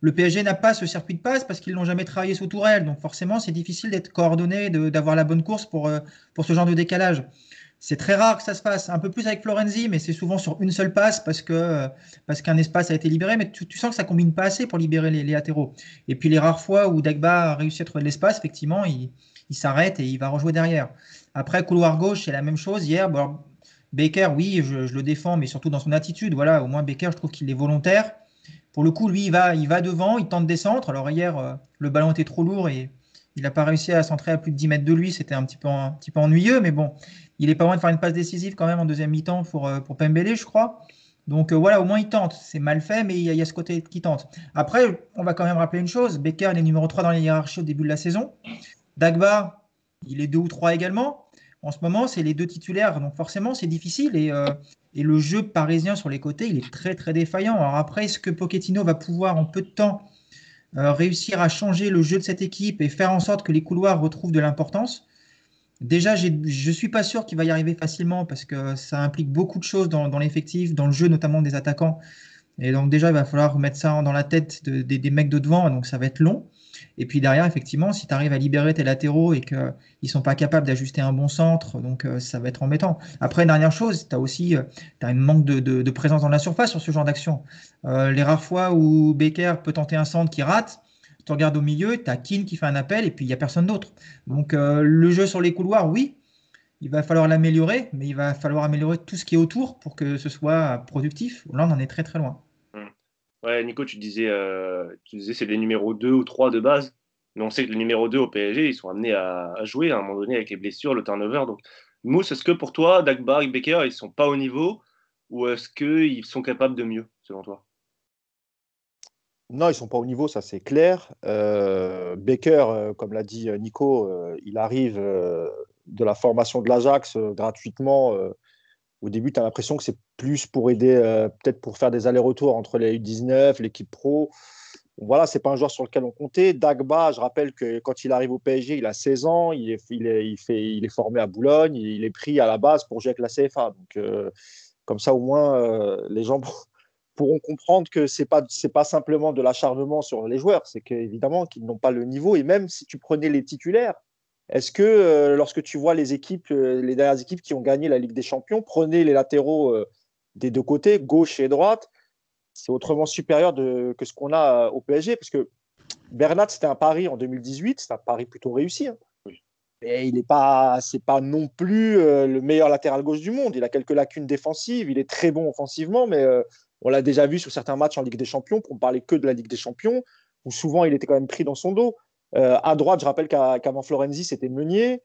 le P S G n'a pas ce circuit de passe parce qu'ils l'ont jamais travaillé sous Tourelle. Donc forcément, c'est difficile d'être coordonné, de, d'avoir la bonne course pour, euh, pour ce genre de décalage. C'est très rare que ça se fasse. Un peu plus avec Florenzi, mais c'est souvent sur une seule passe parce que euh, parce qu'un espace a été libéré. Mais tu, tu sens que ça combine pas assez pour libérer les, les latéraux. Et puis les rares fois où Dagba a réussi à trouver de l'espace, effectivement, il, il s'arrête et il va rejouer derrière. Après, couloir gauche, c'est la même chose. Hier, bon, Baker, oui, je, je le défends, mais surtout dans son attitude. Voilà, au moins Baker, je trouve qu'il est volontaire. Pour le coup, lui, il va, il va devant, il tente des centres. Alors hier, euh, le ballon était trop lourd et il n'a pas réussi à centrer à plus de dix mètres de lui. C'était un petit peu, un petit peu ennuyeux, mais bon, il est pas loin de faire une passe décisive quand même en deuxième mi-temps pour, euh, pour Pembele, je crois. Donc euh, voilà, au moins il tente. C'est mal fait, mais il y, a, il y a ce côté qui tente. Après, on va quand même rappeler une chose. Baker, il est numéro trois dans la hiérarchie au début de la saison. Dagba, il est deux ou trois également. En ce moment, c'est les deux titulaires, donc forcément, c'est difficile. Et, euh, et le jeu parisien sur les côtés, il est très, très défaillant. Alors après, est-ce que Pochettino va pouvoir, en peu de temps, euh, réussir à changer le jeu de cette équipe et faire en sorte que les couloirs retrouvent de l'importance? Déjà, j'ai- je ne suis pas sûr qu'il va y arriver facilement parce que ça implique beaucoup de choses dans, dans l'effectif, dans le jeu notamment des attaquants. Et donc déjà, il va falloir mettre ça dans la tête de- des des mecs de devant, donc ça va être long. Et puis derrière, effectivement, si tu arrives à libérer tes latéraux et qu'ils ne sont pas capables d'ajuster un bon centre, donc euh, ça va être embêtant. Après, dernière chose, tu as aussi euh, t'as un manque de, de- de présence dans la surface sur ce genre d'action. Euh, les rares fois où Baker peut tenter un centre qui rate, tu regardes au milieu, tu as Keane qui fait un appel et puis il n'y a personne d'autre. Donc euh, le jeu sur les couloirs, oui, il va falloir l'améliorer, mais il va falloir améliorer tout ce qui est autour pour que ce soit productif. Là, on en est très très loin. Hmm. Ouais, Nico, tu disais, euh, tu disais c'est les numéros deux ou trois de base. Mais on sait que les numéros deux au P S G, ils sont amenés à, à jouer à un moment donné avec les blessures, le turnover. Donc, Mousse, est-ce que pour toi, Dagba et Becker, ils sont pas au niveau ou est-ce qu'ils sont capables de mieux, selon toi? Non, ils ne sont pas au niveau, ça c'est clair. Euh, Baker, euh, comme l'a dit euh, Nico, euh, il arrive euh, de la formation de l'Ajax euh, gratuitement. Euh, au début, tu as l'impression que c'est plus pour aider, euh, peut-être pour faire des allers-retours entre les U dix-neuf, l'équipe pro. Voilà, c'est pas un joueur sur lequel on comptait. Dagba, je rappelle que quand il arrive au P S G, il a seize ans, il est, il est, il fait, il est formé à Boulogne, il est pris à la base pour jouer avec la C F A. Donc, euh, comme ça, au moins, euh, les gens pourront comprendre que c'est pas, c'est pas simplement de l'acharnement sur les joueurs, c'est qu'évidemment qu'ils n'ont pas le niveau. Et même si tu prenais les titulaires, est-ce que euh, lorsque tu vois les équipes, euh, les dernières équipes qui ont gagné la Ligue des Champions, prenez les latéraux euh, des deux côtés, gauche et droite, c'est autrement supérieur de, que ce qu'on a euh, au P S G, parce que Bernat, c'était un pari en deux mille dix-huit, c'est un pari plutôt réussi, hein. Et il n'est pas, c'est pas non plus euh, le meilleur latéral gauche du monde. Il a quelques lacunes défensives. Il est très bon offensivement, mais euh, on l'a déjà vu sur certains matchs en Ligue des Champions, pour ne parler que de la Ligue des Champions, où souvent il était quand même pris dans son dos. Euh, à droite, je rappelle qu'à, qu'avant Florenzi, c'était Meunier.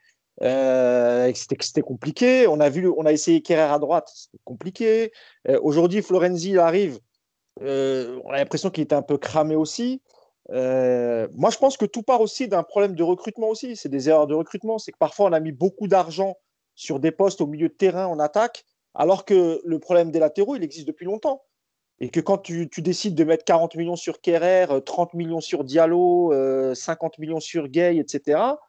Euh, c'était, c'était compliqué. On a, vu, on a essayé Kerrer à droite, c'était compliqué. Euh, aujourd'hui, Florenzi il arrive. Euh, on a l'impression qu'il était un peu cramé aussi. Euh, moi, je pense que tout part aussi d'un problème de recrutement aussi. C'est des erreurs de recrutement. C'est que parfois, on a mis beaucoup d'argent sur des postes au milieu de terrain en attaque, alors que le problème des latéraux, il existe depuis longtemps. Et que quand tu, tu décides de mettre quarante millions sur Kerrer, trente millions sur Diallo, euh, cinquante millions sur Gay, et cetera,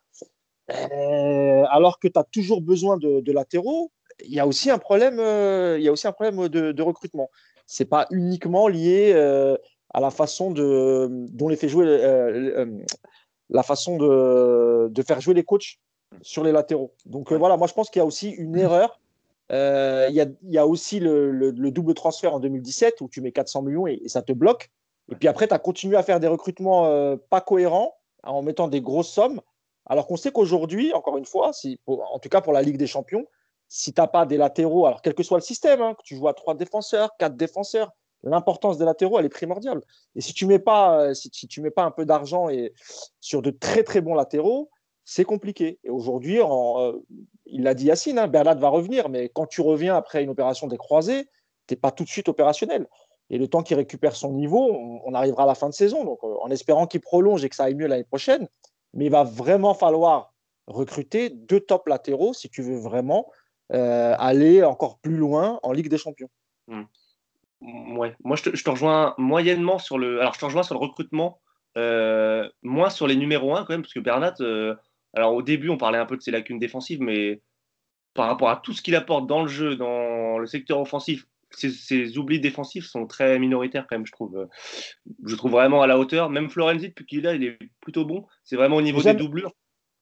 euh, alors que tu as toujours besoin de, de latéraux, il y a aussi un problème, euh, il y a aussi un problème de, de recrutement. C'est pas uniquement lié euh, à la façon de, dont les fait jouer, euh, euh, la façon de, de faire jouer les coachs sur les latéraux. Donc euh, voilà, moi je pense qu'il y a aussi une erreur. Euh, il, y a, il y a aussi le, le, le double transfert en deux mille dix-sept où tu mets quatre cents millions et, et ça te bloque. Et puis après, tu as continué à faire des recrutements euh, pas cohérents en mettant des grosses sommes. Alors qu'on sait qu'aujourd'hui, encore une fois, si, pour- en tout cas pour la Ligue des Champions, si tu n'as pas des latéraux, alors quel que soit le système, hein, que tu joues à trois défenseurs, quatre défenseurs, l'importance des latéraux, elle est primordiale. Et si tu ne mets, pas, euh, si, si tu mets pas un peu d'argent et, sur de très très bons latéraux, c'est compliqué. Et aujourd'hui, en, euh, il l'a dit Yacine, hein, Bernat va revenir, mais quand tu reviens après une opération des croisés, tu n'es pas tout de suite opérationnel. Et le temps qu'il récupère son niveau, on, on arrivera à la fin de saison. Donc, euh, en espérant qu'il prolonge et que ça aille mieux l'année prochaine, mais il va vraiment falloir recruter deux top latéraux si tu veux vraiment euh, aller encore plus loin en Ligue des Champions. Hmm. Ouais. Moi, je te, je te rejoins moyennement sur le. Alors, je te rejoins sur le recrutement, euh, moins sur les numéros un quand même, parce que Bernat, euh, alors au début, on parlait un peu de ses lacunes défensives, mais par rapport à tout ce qu'il apporte dans le jeu, dans le secteur offensif, ces, ces oublis défensifs sont très minoritaires quand même, je trouve. Je trouve vraiment à la hauteur. Même Florenzi, depuis qu'il est là, il est plutôt bon. C'est vraiment au niveau des doublures.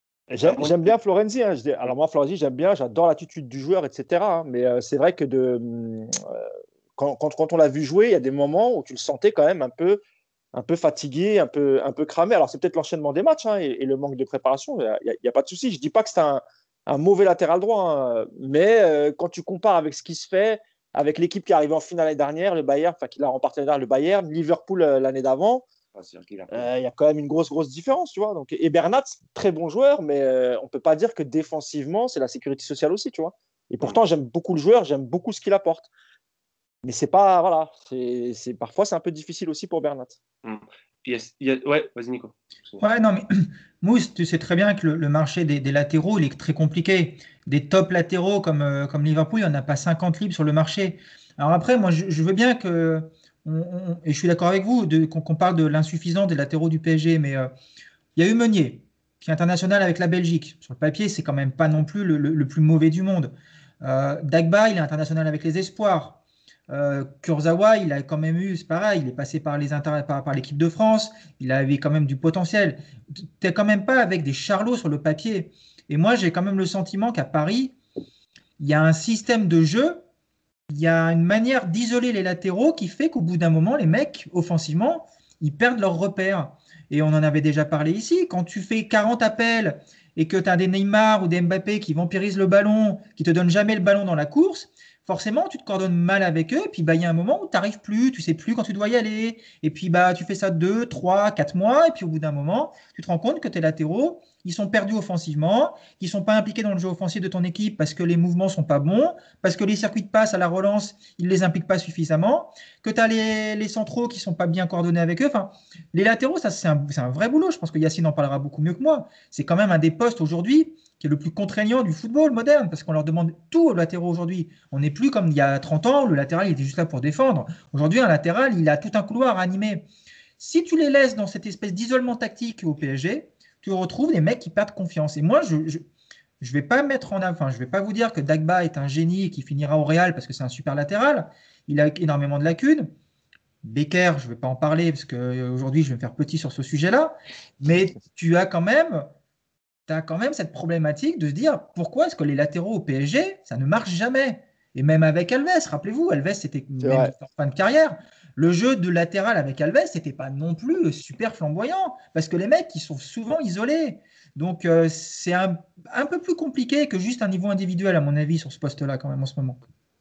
J'aime bien Florenzi. Hein. Alors moi, Florenzi, j'aime bien. J'adore l'attitude du joueur, et cetera. Hein. Mais euh, c'est vrai que de, euh, quand, quand, quand on l'a vu jouer, il y a des moments où tu le sentais quand même un peu, un peu fatigué, un peu, un peu cramé. Alors c'est peut-être l'enchaînement des matchs hein, et, et le manque de préparation. Il n'y a, a pas de souci. Je ne dis pas que c'est un, un mauvais latéral droit. Hein. Mais euh, quand tu compares avec ce qui se fait, avec l'équipe qui est arrivée en finale l'année dernière, le Bayern, enfin qui l'a remporté l'année dernière, le Bayern, Liverpool euh, l'année d'avant, il euh, y a quand même une grosse, grosse différence, tu vois. Donc, et Bernat, très bon joueur, mais euh, on ne peut pas dire que défensivement, c'est la sécurité sociale aussi, tu vois. Et pourtant, j'aime beaucoup le joueur, j'aime beaucoup ce qu'il apporte. Mais c'est pas, voilà, c'est, c'est, parfois, c'est un peu difficile aussi pour Bernat. Mmh. Yes, yes. Ouais, vas-y, Nico. Ouais, non, mais Mousse, tu sais très bien que le, le marché des, des latéraux, il est très compliqué. Des top latéraux comme, euh, comme Liverpool, il n'y en a pas cinquante libres sur le marché. Alors après, moi, je, je veux bien que, on, on, et je suis d'accord avec vous, de, qu'on, qu'on parle de l'insuffisance des latéraux du P S G, mais euh, il y a eu Meunier, qui est international avec la Belgique. Sur le papier, c'est quand même pas non plus le, le, le plus mauvais du monde. Euh, Dagba, il est international avec les Espoirs. Euh, Kurzawa, il a quand même eu, c'est pareil, il est passé par, les inter... par, par l'équipe de France, il avait quand même du potentiel. Tu n'es quand même pas avec des charlots sur le papier. Et moi, j'ai quand même le sentiment qu'à Paris, il y a un système de jeu, il y a une manière d'isoler les latéraux qui fait qu'au bout d'un moment, les mecs, offensivement, ils perdent leurs repères. Et on en avait déjà parlé ici. Quand tu fais quarante appels et que tu as des Neymar ou des Mbappé qui vampirisent le ballon, qui te donnent jamais le ballon dans la course, forcément, tu te coordonnes mal avec eux. Et puis, bah, il y a un moment où tu n'arrives plus, tu sais plus quand tu dois y aller. Et puis, bah, tu fais ça deux, trois, quatre mois. Et puis, au bout d'un moment, tu te rends compte que tes latéraux, ils sont perdus offensivement, ils ne sont pas impliqués dans le jeu offensif de ton équipe parce que les mouvements ne sont pas bons, parce que les circuits de passe à la relance, ils ne les impliquent pas suffisamment, que tu as les, les centraux qui ne sont pas bien coordonnés avec eux. Enfin, les latéraux, ça, c'est un, c'est un vrai boulot. Je pense que Yacine en parlera beaucoup mieux que moi. C'est quand même un des postes aujourd'hui qui est le plus contraignant du football moderne, parce qu'on leur demande tout aux latéraux aujourd'hui. On n'est plus comme il y a trente ans où le latéral il était juste là pour défendre. Aujourd'hui, un latéral, il a tout un couloir à animer. Si tu les laisses dans cette espèce d'isolement tactique au P S G, tu retrouves des mecs qui perdent confiance. Et moi, je ne je, je vais pas mettre en avant, enfin, je vais pas vous dire que Dagba est un génie et qui finira au Real parce que c'est un super latéral. Il a énormément de lacunes. Becker, je ne vais pas en parler parce qu'aujourd'hui, je vais me faire petit sur ce sujet-là. Mais tu as quand même tu as quand même cette problématique de se dire pourquoi est-ce que les latéraux au P S G, ça ne marche jamais. Et même avec Alves, rappelez-vous, Alves, c'était même en fin de carrière. Le jeu de latéral avec Alves, c'était pas non plus super flamboyant, parce que les mecs, ils sont souvent isolés. Donc, euh, c'est un, un peu plus compliqué que juste un niveau individuel, à mon avis, sur ce poste-là, quand même, en ce moment.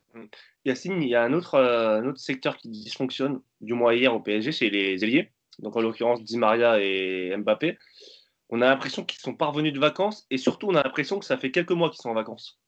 Yacine, il y a un autre, euh, un autre secteur qui dysfonctionne, du moins hier au P S G, c'est les ailiers. Donc, en l'occurrence, Di Maria et Mbappé. On a l'impression qu'ils sont pas revenus de vacances et surtout, on a l'impression que ça fait quelques mois qu'ils sont en vacances.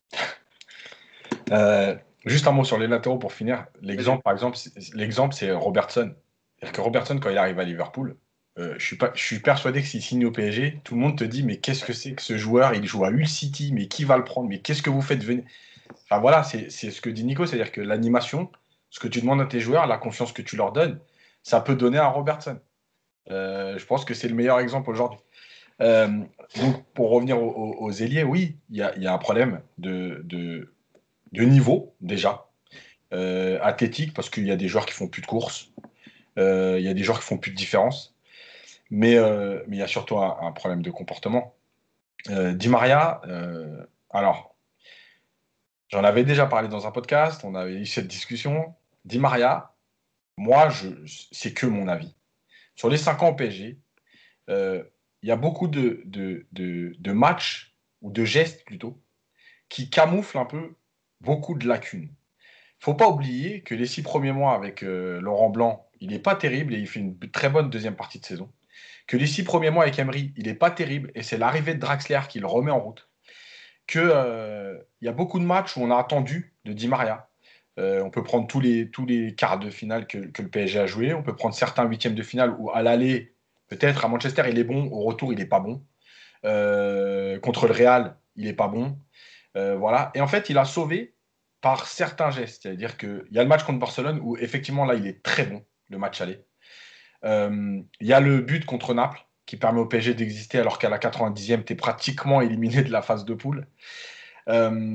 Euh, juste un mot sur les latéraux pour finir. L'exemple, par exemple, c'est, l'exemple, c'est Robertson. C'est-à-dire que Robertson, quand il arrive à Liverpool, euh, je, suis pas, je suis persuadé que s'il signe au P S G, tout le monde te dit mais qu'est-ce que c'est que ce joueur? Il joue à Hull City, mais qui va le prendre? Mais qu'est-ce que vous faites venir? Enfin voilà, c'est, c'est ce que dit Nico, c'est-à-dire que l'animation, ce que tu demandes à tes joueurs, la confiance que tu leur donnes, ça peut donner à Robertson. Euh, je pense que c'est le meilleur exemple aujourd'hui. Euh, donc, pour revenir aux, aux, aux ailiers, oui, il y a, y a un problème de, de, de niveau, déjà. Euh, athlétique, parce qu'il y a des joueurs qui font plus de courses. Euh, il y a des joueurs qui font plus de différence. Mais euh, mais il y a surtout un, un problème de comportement. Euh, Di Maria, euh, alors, j'en avais déjà parlé dans un podcast, on avait eu cette discussion. Di Maria, moi, je, c'est que mon avis. Sur les cinq ans au P S G, euh, il y a beaucoup de, de, de, de matchs, ou de gestes plutôt, qui camouflent un peu beaucoup de lacunes. Il ne faut pas oublier que les six premiers mois avec euh, Laurent Blanc, il n'est pas terrible et il fait une très bonne deuxième partie de saison. Que les six premiers mois avec Emery, il n'est pas terrible et c'est l'arrivée de Draxler qui le remet en route. Qu'il euh, y a beaucoup de matchs où on a attendu de Di Maria. Euh, on peut prendre tous les, tous les quarts de finale que, que le P S G a joué. On peut prendre certains huitièmes de finale où à l'aller, peut-être à Manchester, il est bon. Au retour, il n'est pas bon. Euh, contre le Real, il n'est pas bon. Euh, voilà. Et en fait, il a sauvé par certains gestes. C'est-à-dire qu'il y a le match contre Barcelone où, effectivement, là, il est très bon, le match aller. Euh, Il y a le but contre Naples qui permet au P S G d'exister alors qu'à la quatre-vingt-dixième, tu es pratiquement éliminé de la phase de poule. Euh,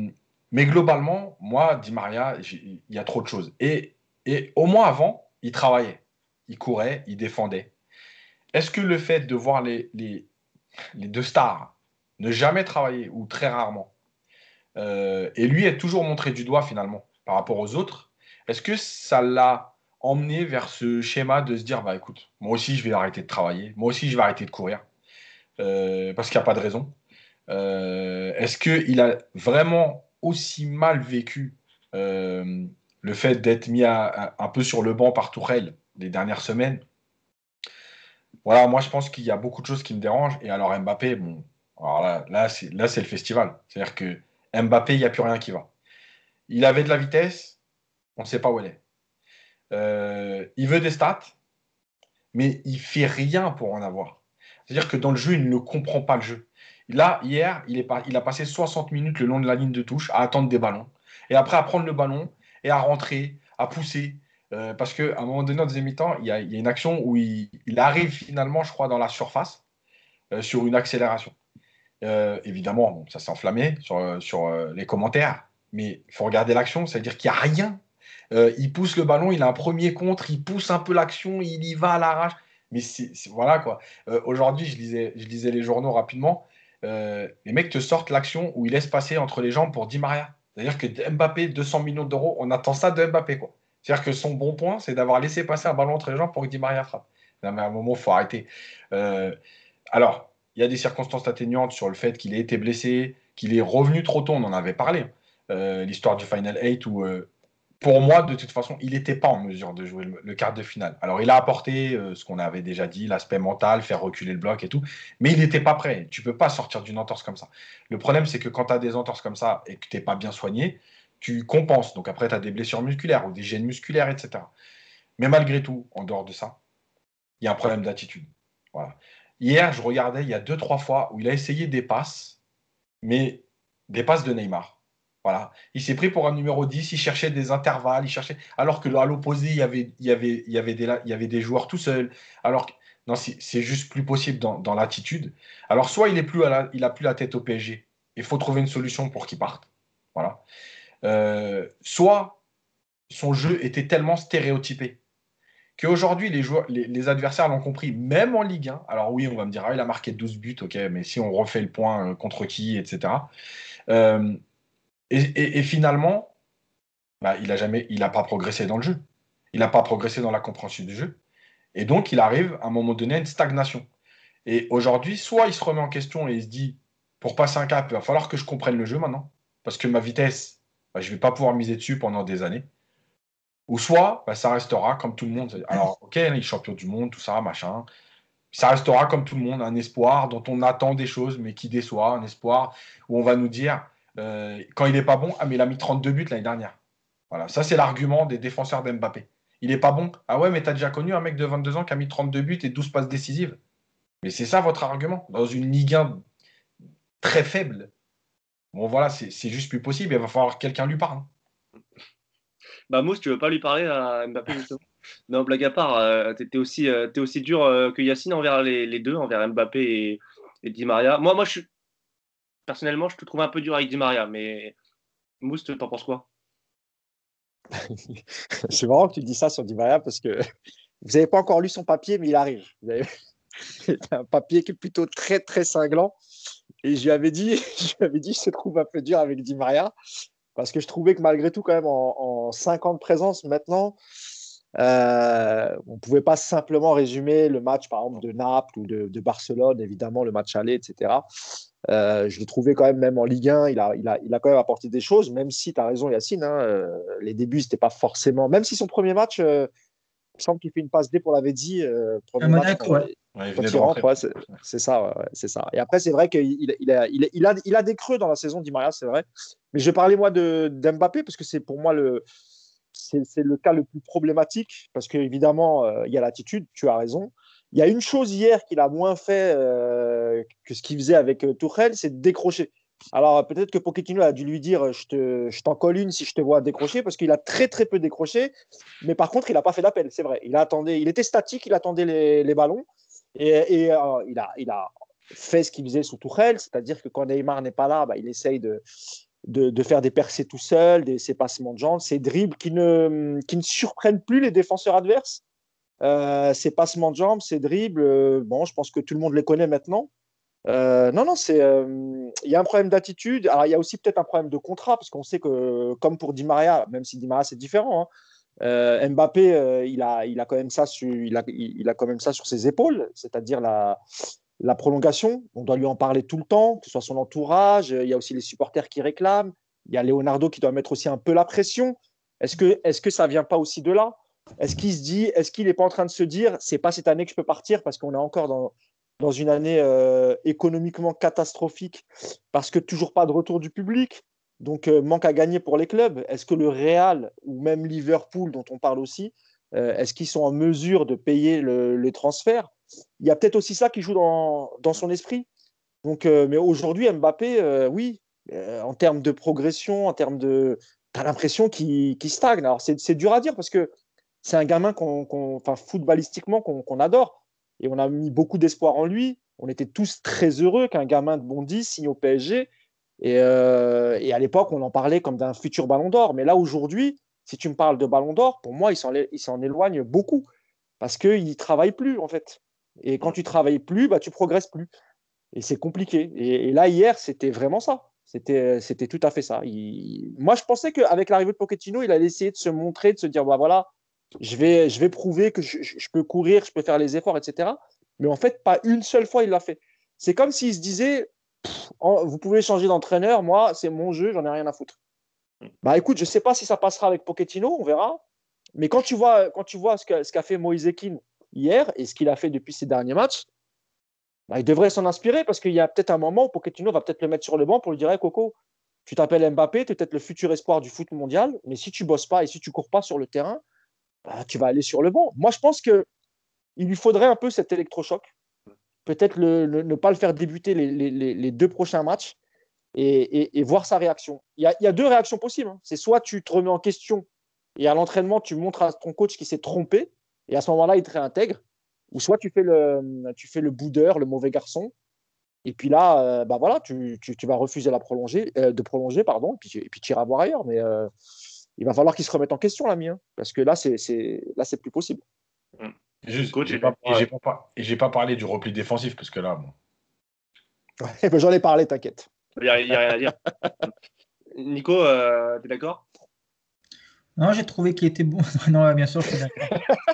Mais globalement, moi, Di Maria, il y a trop de choses. Et, et au moins avant, il travaillait. Il courait, il défendait. Est-ce que le fait de voir les, les, les deux stars ne jamais travailler, ou très rarement, euh, et lui être toujours montré du doigt finalement par rapport aux autres, est-ce que ça l'a emmené vers ce schéma de se dire, bah écoute, moi aussi je vais arrêter de travailler, moi aussi je vais arrêter de courir, euh, parce qu'il n'y a pas de raison. Euh, est-ce qu'il a vraiment aussi mal vécu euh, le fait d'être mis à, à- un peu sur le banc par Tourelle les dernières semaines? Voilà, moi je pense qu'il y a beaucoup de choses qui me dérangent. Et alors Mbappé, bon, alors là, là c'est là, c'est le festival. C'est-à-dire que Mbappé, il n'y a plus rien qui va. Il avait de la vitesse, on ne sait pas où elle est. Euh, il veut des stats, mais il fait rien pour en avoir. C'est-à-dire que dans le jeu, il ne comprend pas le jeu. Là, hier, il, est pas, il a passé soixante minutes le long de la ligne de touche à attendre des ballons. Et après, à prendre le ballon et à rentrer, à pousser. Euh, parce qu'à un moment donné, dans deuxième mi-temps, il y a, il y a une action où il, il arrive finalement, je crois, dans la surface, euh, sur une accélération. Euh, évidemment, bon, ça s'est enflammé sur, euh, sur euh, les commentaires. Mais il faut regarder l'action, c'est-à-dire qu'il n'y a rien. Euh, il pousse le ballon, il a un premier contre, il pousse un peu l'action, il y va à l'arrache. Mais c'est, c'est- voilà quoi. Euh, aujourd'hui, je lisais, je lisais les journaux rapidement. Euh, les mecs te sortent l'action où il laisse passer entre les jambes pour Di Maria. C'est-à-dire que Mbappé, deux cents millions d'euros, on attend ça de Mbappé quoi. C'est-à-dire que son bon point, c'est d'avoir laissé passer un ballon entre les jambes pour que Di Maria frappe. Non, mais à un moment, il faut arrêter. Euh, alors, il y a des circonstances atténuantes sur le fait qu'il ait été blessé, qu'il est revenu trop tôt, on en avait parlé. Euh, l'histoire du Final eight où euh, pour moi, de toute façon, il n'était pas en mesure de jouer le, le quart de finale. Alors, il a apporté euh, ce qu'on avait déjà dit, l'aspect mental, faire reculer le bloc et tout, mais il n'était pas prêt. Tu ne peux pas sortir d'une entorse comme ça. Le problème, c'est que quand tu as des entorses comme ça et que tu n'es pas bien soigné, tu compenses. Donc après, tu as des blessures musculaires ou des gènes musculaires, et cetera. Mais malgré tout, en dehors de ça, il y a un problème d'attitude. Voilà. Hier, je regardais, il y a deux, trois fois où il a essayé des passes, mais des passes de Neymar. Voilà. Il s'est pris pour un numéro dix, il cherchait des intervalles, il cherchait. Alors que à l'opposé, il y avait, il y avait, il y avait, des, il y avait des joueurs tout seuls. Alors que non, c'est c'est juste plus possible dans, dans l'attitude. Alors, soit il est plus à la, il a plus la tête au P S G, il faut trouver une solution pour qu'il parte. Voilà. Euh, soit son jeu était tellement stéréotypé qu'aujourd'hui, les, joueurs, les, les adversaires l'ont compris, même en Ligue un. Alors oui, on va me dire, ah, il a marqué douze buts, ok, mais si on refait le point euh, contre qui, et cetera. Euh, et, et, et, finalement, bah, il n'a jamais, il n'a pas progressé dans le jeu. Il n'a pas progressé dans la compréhension du jeu. Et donc, il arrive à un moment donné à une stagnation. Et aujourd'hui, soit il se remet en question et il se dit, pour passer un cap, il va falloir que je comprenne le jeu maintenant, parce que ma vitesse, bah, je ne vais pas pouvoir miser dessus pendant des années. Ou soit, bah, ça restera comme tout le monde. Alors, ok, il est champion du monde, tout ça, machin. Ça restera comme tout le monde, un espoir dont on attend des choses, mais qui déçoit, un espoir où on va nous dire, euh, quand il n'est pas bon, ah, mais il a mis trente-deux buts l'année dernière. Voilà, ça, c'est l'argument des défenseurs d'Mbappé. Il n'est pas bon. Ah ouais, mais tu as déjà connu un mec de vingt-deux ans qui a mis trente-deux buts et douze passes décisives. Mais c'est ça votre argument. Dans une Ligue un très faible, bon voilà, c'est c'est juste plus possible. Il va falloir que quelqu'un lui parle. Bah, Mousse, tu veux pas lui parler à Mbappé, justement? Non, blague à part, euh, t'es t'es aussi, euh, t'es aussi dur euh, que Yacine envers les, les deux, envers Mbappé et, et Di Maria. Moi, moi je suis, personnellement, je te trouve un peu dur avec Di Maria, mais Mousse, t'en penses quoi? C'est marrant que tu dis ça sur Di Maria parce que vous n'avez pas encore lu son papier, mais il arrive. Vous avez un papier qui est plutôt très, très cinglant. Et je lui avais dit, je lui avais dit, je te trouve un peu dur avec Di Maria parce que je trouvais que malgré tout, quand même, en, en cinq ans de présence maintenant, euh, on ne pouvait pas simplement résumer le match, par exemple, de Naples ou de, de Barcelone, évidemment, le match aller, et cetera. Euh, je l'ai trouvé quand même, même en Ligue un, il a, il a, il a quand même apporté des choses, même si tu as raison, Yacine, hein, euh, les débuts, c'était pas forcément. Même si son premier match, euh, il me semble qu'il fait une passe D pour la Vedzi, euh, À premier match Monaco, quand, ouais. Ouais, il quand venait de il rentre, rentrer. ouais, c'est, c'est ça, ouais, ouais, c'est ça. Et après, c'est vrai qu'il il, il a, il, il, a, il a des creux dans la saison, Di Maria, c'est vrai. Mais je parlais, moi, de, d'Mbappé, parce que c'est pour moi le, c'est, c'est le cas le plus problématique, parce qu'évidemment, euh, il y a l'attitude, tu as raison. Il y a une chose hier qu'il a moins fait euh, que ce qu'il faisait avec euh, Tuchel, c'est de décrocher. Alors peut-être que Pochettino a dû lui dire je, te, je t'en colle une si je te vois décrocher, parce qu'il a très très peu décroché, mais par contre il n'a pas fait d'appel, c'est vrai. Il, attendait, il était statique, il attendait les, les ballons, et, et euh, il, a, il a fait ce qu'il faisait sous Tuchel, c'est-à-dire que quand Neymar n'est pas là, bah, il essaye de, de, de faire des percées tout seul, des, ces passements de jambes, ces dribbles qui ne, qui ne surprennent plus les défenseurs adverses. Euh, ces passements de jambes, ces dribbles, euh, bon, je pense que tout le monde les connaît maintenant. Euh, non, non, c'est, euh, il y a un problème d'attitude. Alors, il y a aussi peut-être un problème de contrat, parce qu'on sait que, comme pour Di Maria, même si Di Maria c'est différent, hein, euh, Mbappé, euh, il a, il a quand même ça sur, il a, il a quand même ça sur ses épaules, c'est-à-dire la, la prolongation. On doit lui en parler tout le temps, que ce soit son entourage. Il y a aussi les supporters qui réclament. Il y a Leonardo qui doit mettre aussi un peu la pression. Est-ce que, est-ce que ça vient pas aussi de là? Est-ce qu'il se dit, est-ce qu'il n'est pas en train de se dire, c'est pas cette année que je peux partir parce qu'on est encore dans dans une année euh, économiquement catastrophique, parce que toujours pas de retour du public, donc euh, manque à gagner pour les clubs. Est-ce que le Real ou même Liverpool, dont on parle aussi, euh, est-ce qu'ils sont en mesure de payer le, les transferts? Il y a peut-être aussi ça qui joue dans, dans son esprit. Donc, euh, mais aujourd'hui, Mbappé, euh, oui, euh, en termes de progression, en termes de... Tu as l'impression qu'il, qu'il stagne. Alors, c'est, c'est dur à dire parce que c'est un gamin qu'on, qu'on, enfin, footballistiquement qu'on, qu'on adore. Et on a mis beaucoup d'espoir en lui. On était tous très heureux qu'un gamin de Bondy signe au P S G. Et, euh, et à l'époque, on en parlait comme d'un futur ballon d'or. Mais là, aujourd'hui, si tu me parles de ballon d'or, pour moi, il s'en, il s'en éloigne beaucoup. Parce qu'il ne travaille plus, en fait. Et quand tu ne travailles plus, bah, tu ne progresses plus. Et c'est compliqué. Et, et là, hier, c'était vraiment ça. C'était, c'était tout à fait ça. Il... Moi, je pensais qu'avec l'arrivée de Pochettino, il allait essayer de se montrer, de se dire, bah voilà, je vais, je vais prouver que je, je peux courir, je peux faire les efforts, et cetera. Mais en fait, pas une seule fois, il l'a fait. C'est comme s'il se disait, vous pouvez changer d'entraîneur, moi, c'est mon jeu, j'en ai rien à foutre. Bah écoute, je ne sais pas si ça passera avec Pochettino, on verra. Mais quand tu vois, quand tu vois ce, que, ce qu'a fait Moïse Kean hier et ce qu'il a fait depuis ses derniers matchs, bah, il devrait s'en inspirer parce qu'il y a peut-être un moment où Pochettino va peut-être le mettre sur le banc pour lui dire hey, Coco, tu t'appelles Mbappé, tu es peut-être le futur espoir du foot mondial, mais si tu ne bosses pas et si tu ne cours pas sur le terrain, bah, tu vas aller sur le banc. Moi, je pense qu'il lui faudrait un peu cet électrochoc. Peut-être le, le, ne pas le faire débuter les, les, les deux prochains matchs et, et, et voir sa réaction. Il y, a, il y a deux réactions possibles. Hein. C'est soit tu te remets en question et à l'entraînement, tu montres à ton coach qu'il s'est trompé et à ce moment-là, il te réintègre. Ou soit tu fais le, tu fais le boudeur, le mauvais garçon. Et puis là, euh, bah voilà, tu, tu, tu vas refuser la prolonger, euh, de prolonger, pardon, et puis, et puis tu iras voir ailleurs. Mais euh, il va falloir qu'il se remette en question, l'ami, hein, parce que là, c'est, c'est, là, c'est plus possible. Juste, coach, j'ai pas, et j'ai pas, et j'ai pas parlé du repli défensif, parce que là, bon. Ouais, ben j'en ai parlé, t'inquiète. Il n'y a, a rien à dire. Nico, euh, t'es d'accord? Non, j'ai trouvé qu'il était bon. Non, bien sûr, je suis d'accord.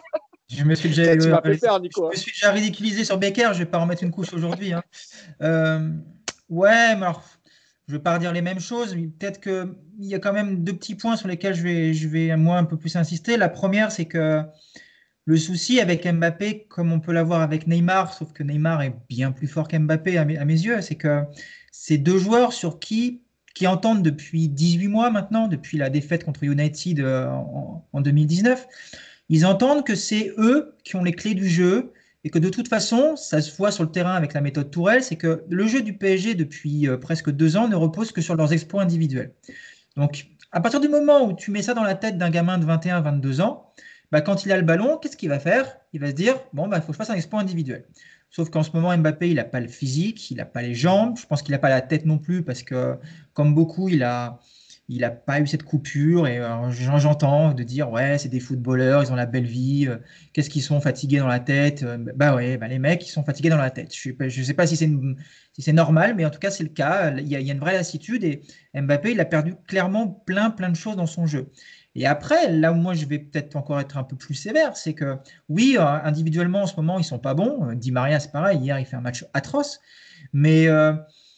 Je me suis déjà, tu m'as fait peur, Nico, je me suis déjà ridiculisé sur Becker, je ne vais pas remettre une couche aujourd'hui. Hein. Euh, ouais, mais alors, je ne vais pas redire les mêmes choses, mais peut-être qu'il y a quand même deux petits points sur lesquels je vais, je vais, moi, un peu plus insister. La première, c'est que le souci avec Mbappé, comme on peut l'avoir avec Neymar, sauf que Neymar est bien plus fort qu'Mbappé à mes, à mes yeux, c'est que c'est deux joueurs sur qui, qui entendent depuis dix-huit mois maintenant, depuis la défaite contre United en, en deux mille dix-neuf, ils entendent que c'est eux qui ont les clés du jeu et que de toute façon, ça se voit sur le terrain avec la méthode Tourelle, c'est que le jeu du P S G depuis euh, presque deux ans ne repose que sur leurs exploits individuels. Donc, à partir du moment où tu mets ça dans la tête d'un gamin de vingt et un vingt-deux ans, bah, quand il a le ballon, qu'est-ce qu'il va faire? Il va se dire, bon, bah, il faut que je fasse un exploit individuel. Sauf qu'en ce moment, Mbappé, il n'a pas le physique, il n'a pas les jambes, je pense qu'il n'a pas la tête non plus parce que, comme beaucoup, il a... Il n'a pas eu cette coupure et euh, j'entends de dire ouais c'est des footballeurs, ils ont la belle vie, euh, qu'est-ce qu'ils sont fatigués dans la tête, euh, bah ouais bah les mecs ils sont fatigués dans la tête. Je ne sais pas si c'est une, si c'est normal mais en tout cas c'est le cas. Il y, a, il y a une vraie lassitude et Mbappé il a perdu clairement plein plein de choses dans son jeu. Et après là où moi je vais peut-être encore être un peu plus sévère, c'est que oui individuellement en ce moment ils sont pas bons. Di Maria c'est pareil, hier il fait un match atroce, mais euh,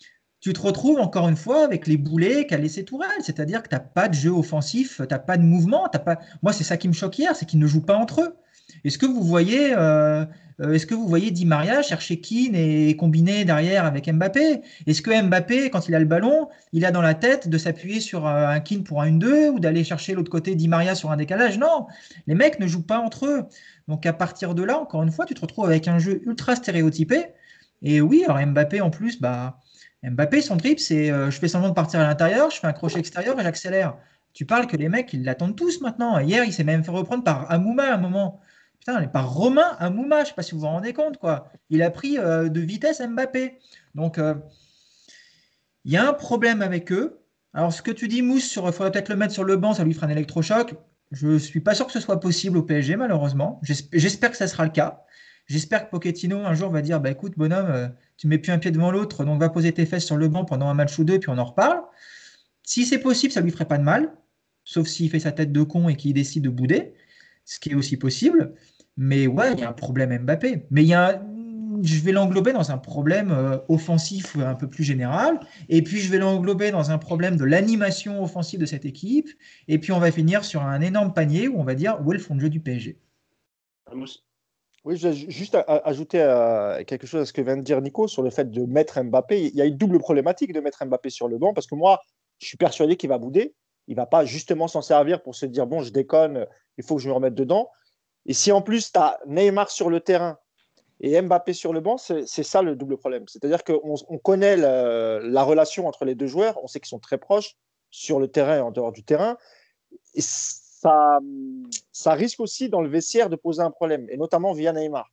tu te retrouves encore une fois avec les boulets qu'a laissé Tourelle, c'est-à-dire que tu n'as pas de jeu offensif, tu n'as pas de mouvement. T'as pas... Moi, c'est ça qui me choque hier, c'est qu'ils ne jouent pas entre eux. Est-ce que vous voyez, euh, est-ce que vous voyez Di Maria chercher Kean et combiner derrière avec Mbappé? Est-ce que Mbappé, quand il a le ballon, il a dans la tête de s'appuyer sur un Kean pour un un deux ou d'aller chercher l'autre côté Di Maria sur un décalage? Non, les mecs ne jouent pas entre eux. Donc à partir de là, encore une fois, tu te retrouves avec un jeu ultra stéréotypé. Et oui, alors Mbappé en plus, bah Mbappé, son dribble, c'est euh, je fais semblant de partir à l'intérieur, je fais un crochet extérieur et j'accélère. Tu parles que les mecs, ils l'attendent tous maintenant. Hier, il s'est même fait reprendre par Amouma à un moment. Putain, par Romain Amouma, je ne sais pas si vous vous rendez compte, quoi. Il a pris euh, de vitesse Mbappé. Donc, il euh, y a un problème avec eux. Alors, ce que tu dis, Mousse, il faudrait peut-être le mettre sur le banc, ça lui fera un électrochoc. Je ne suis pas sûr que ce soit possible au P S G, malheureusement. J'esp- J'espère que ça sera le cas. J'espère que Pochettino, un jour, va dire, bah, écoute, bonhomme, euh, tu mets plus un pied devant l'autre, donc va poser tes fesses sur le banc pendant un match ou deux, puis on en reparle. Si c'est possible, ça lui ferait pas de mal, sauf s'il fait sa tête de con et qu'il décide de bouder, ce qui est aussi possible. Mais ouais, il y a un problème Mbappé. Mais il y a un- je vais l'englober dans un problème euh, offensif un peu plus général. Et puis je vais l'englober dans un problème de l'animation offensive de cette équipe. Et puis on va finir sur un énorme panier où on va dire où est le fond de jeu du P S G. Mousse. Oui, je vais juste a- a- ajouter euh, quelque chose à ce que vient de dire Nico sur le fait de mettre Mbappé. Il y a une double problématique de mettre Mbappé sur le banc parce que moi, je suis persuadé qu'il va bouder. Il va pas justement s'en servir pour se dire, bon, je déconne, il faut que je me remette dedans. Et si en plus, tu as Neymar sur le terrain et Mbappé sur le banc, c'est c'est ça le double problème. C'est-à-dire qu'on on connaît la, la relation entre les deux joueurs, on sait qu'ils sont très proches sur le terrain et en dehors du terrain. Et ça, ça risque aussi dans le vestiaire de poser un problème, et notamment via Neymar.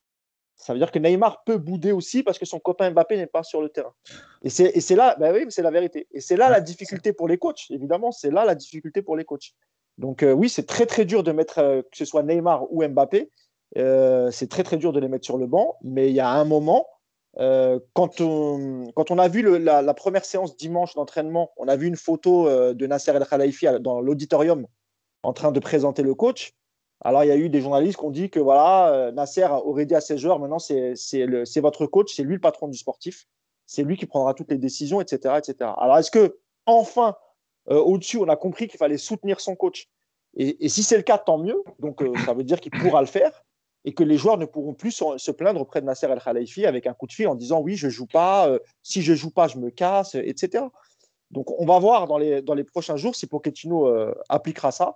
Ça veut dire que Neymar peut bouder aussi parce que son copain Mbappé n'est pas sur le terrain. Et c'est, et c'est là, ben oui, c'est la vérité. Et c'est là Ouais, la difficulté pour les coachs, évidemment, c'est là la difficulté pour les coachs. Donc euh, oui, c'est très très dur de mettre, euh, que ce soit Neymar ou Mbappé, euh, c'est très très dur de les mettre sur le banc, mais il y a un moment, euh, quand, on, quand on a vu le, la, la, première séance dimanche d'entraînement, on a vu une photo euh, de Nasser El Khelaifi dans l'auditorium en train de présenter le coach. Alors, il y a eu des journalistes qui ont dit que voilà, euh, Nasser aurait dit à ses joueurs, maintenant, c'est, c'est, le, c'est votre coach, c'est lui le patron du sportif, c'est lui qui prendra toutes les décisions, et cetera, et cetera. Alors, est-ce que enfin, euh, au-dessus, on a compris qu'il fallait soutenir son coach et, et si c'est le cas, tant mieux. Donc, euh, ça veut dire qu'il pourra le faire et que les joueurs ne pourront plus se, se plaindre auprès de Nasser El Khelaifi avec un coup de fil en disant oui, je joue pas, euh, si je joue pas, je me casse, et cetera. Donc, on va voir dans les, dans les prochains jours si Pochettino euh, appliquera ça.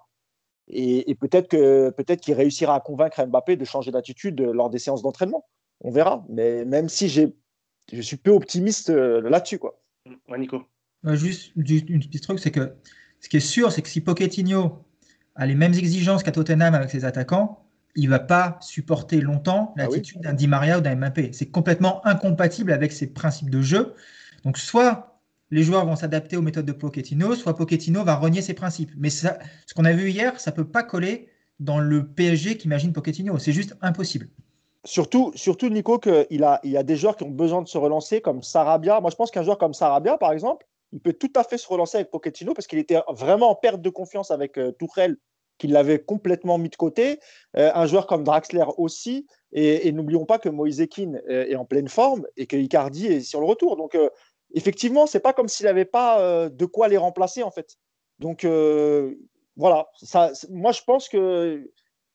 Et, et peut-être que peut-être qu'il réussira à convaincre Mbappé de changer d'attitude lors des séances d'entraînement. On verra. Mais même si j'ai, je suis peu optimiste euh, là-dessus, quoi. Ouais, Nico. Ouais, juste, juste une petite truc, c'est que ce qui est sûr, c'est que si Pochettino a les mêmes exigences qu'à Tottenham avec ses attaquants, il va pas supporter longtemps Ah oui. l'attitude d'un Di Maria ou d'un Mbappé. C'est complètement incompatible avec ses principes de jeu. Donc, soit les joueurs vont s'adapter aux méthodes de Pochettino, soit Pochettino va renier ses principes. Mais ça, ce qu'on a vu hier, ça peut pas coller dans le P S G qu'imagine Pochettino. C'est juste impossible. Surtout, surtout Nico, qu'il a, il y a des joueurs qui ont besoin de se relancer, comme Sarabia. Moi, je pense qu'un joueur comme Sarabia, par exemple, il peut tout à fait se relancer avec Pochettino parce qu'il était vraiment en perte de confiance avec euh, Tuchel, qui l'avait complètement mis de côté. Euh, un joueur comme Draxler aussi. Et, et n'oublions pas que Moïse Kean est, est en pleine forme et que Icardi est sur le retour. Donc, euh, effectivement, c'est pas comme s'il n'avait pas euh, de quoi les remplacer, en fait. Donc, euh, voilà. Ça, moi, je pense que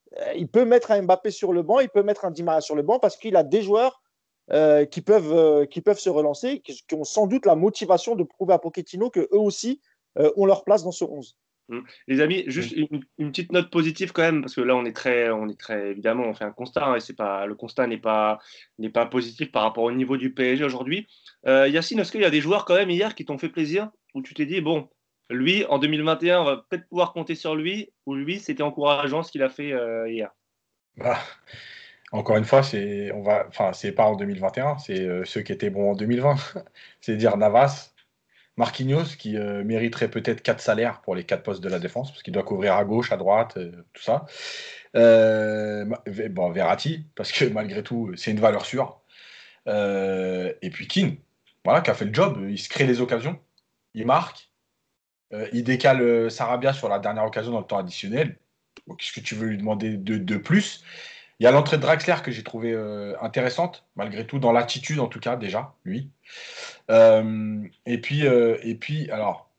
il peut mettre un Mbappé sur le banc, il peut mettre un Di Maria sur le banc parce qu'il a des joueurs euh, qui, peuvent, euh, qui peuvent se relancer, qui, qui, ont sans doute la motivation de prouver à Pochettino qu'eux aussi euh, ont leur place dans ce onze. Mmh. Les amis, juste une, une, petite note positive quand même, parce que là on est très, on est très évidemment, on fait un constat, hein, et c'est pas, le constat n'est pas, n'est pas positif par rapport au niveau du P S G aujourd'hui. Euh, Yacine, est-ce qu'il y a des joueurs quand même hier qui t'ont fait plaisir, où tu t'es dit, bon, lui en deux mille vingt et un, on va peut-être pouvoir compter sur lui, ou lui c'était encourageant ce qu'il a fait euh, hier? Bah, encore une fois, c'est on va, enfin, c'est pas en deux mille vingt et un, c'est euh, ceux qui étaient bons en deux mille vingt. C'est dire Navas, Marquinhos, qui euh, mériterait peut-être quatre salaires pour les quatre postes de la défense, parce qu'il doit couvrir à gauche, à droite, euh, tout ça. Euh, bon, Verratti, parce que malgré tout, c'est une valeur sûre. Euh, et puis Keane, voilà, qui a fait le job. Il se crée les occasions, il marque, euh, il décale euh, Sarabia sur la dernière occasion dans le temps additionnel. Bon, qu'est-ce que tu veux lui demander de, de plus? Il y a l'entrée de Draxler que j'ai trouvé euh, intéressante, malgré tout, dans l'attitude en tout cas, déjà, lui. Euh, et, puis, euh, et puis, alors,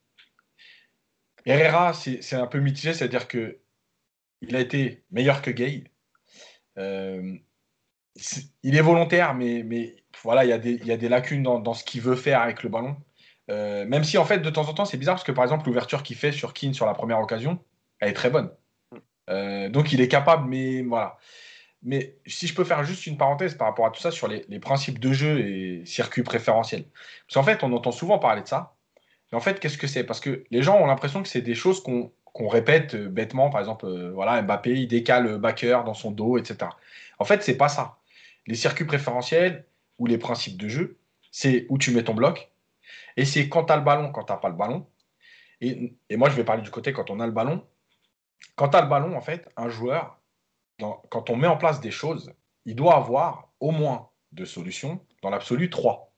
Herrera, c'est c'est un peu mitigé, c'est-à-dire que il a été meilleur que Gay. Euh, c'est- il est volontaire, mais, mais voilà, il y a des, il y a des lacunes dans, dans ce qu'il veut faire avec le ballon. Euh, même si, en fait, de temps en temps, c'est bizarre parce que, par exemple, l'ouverture qu'il fait sur Keane sur la première occasion, elle est très bonne. Euh, donc, il est capable, mais voilà. Mais si je peux faire juste une parenthèse par rapport à tout ça sur les, les principes de jeu et circuits préférentiels. Parce qu'en fait, on entend souvent parler de ça. Mais en fait, qu'est-ce que c'est? Parce que les gens ont l'impression que c'est des choses qu'on qu'on répète euh, bêtement. Par exemple, euh, voilà, Mbappé, il décale le backer dans son dos, et cetera. En fait, c'est pas ça. Les circuits préférentiels ou les principes de jeu, c'est où tu mets ton bloc. Et c'est quand tu as le ballon, quand tu n'as pas le ballon. Et, et moi, je vais parler du côté quand on a le ballon. Quand tu as le ballon, en fait, un joueur, dans, quand on met en place des choses, il doit avoir au moins deux solutions, dans l'absolu, trois.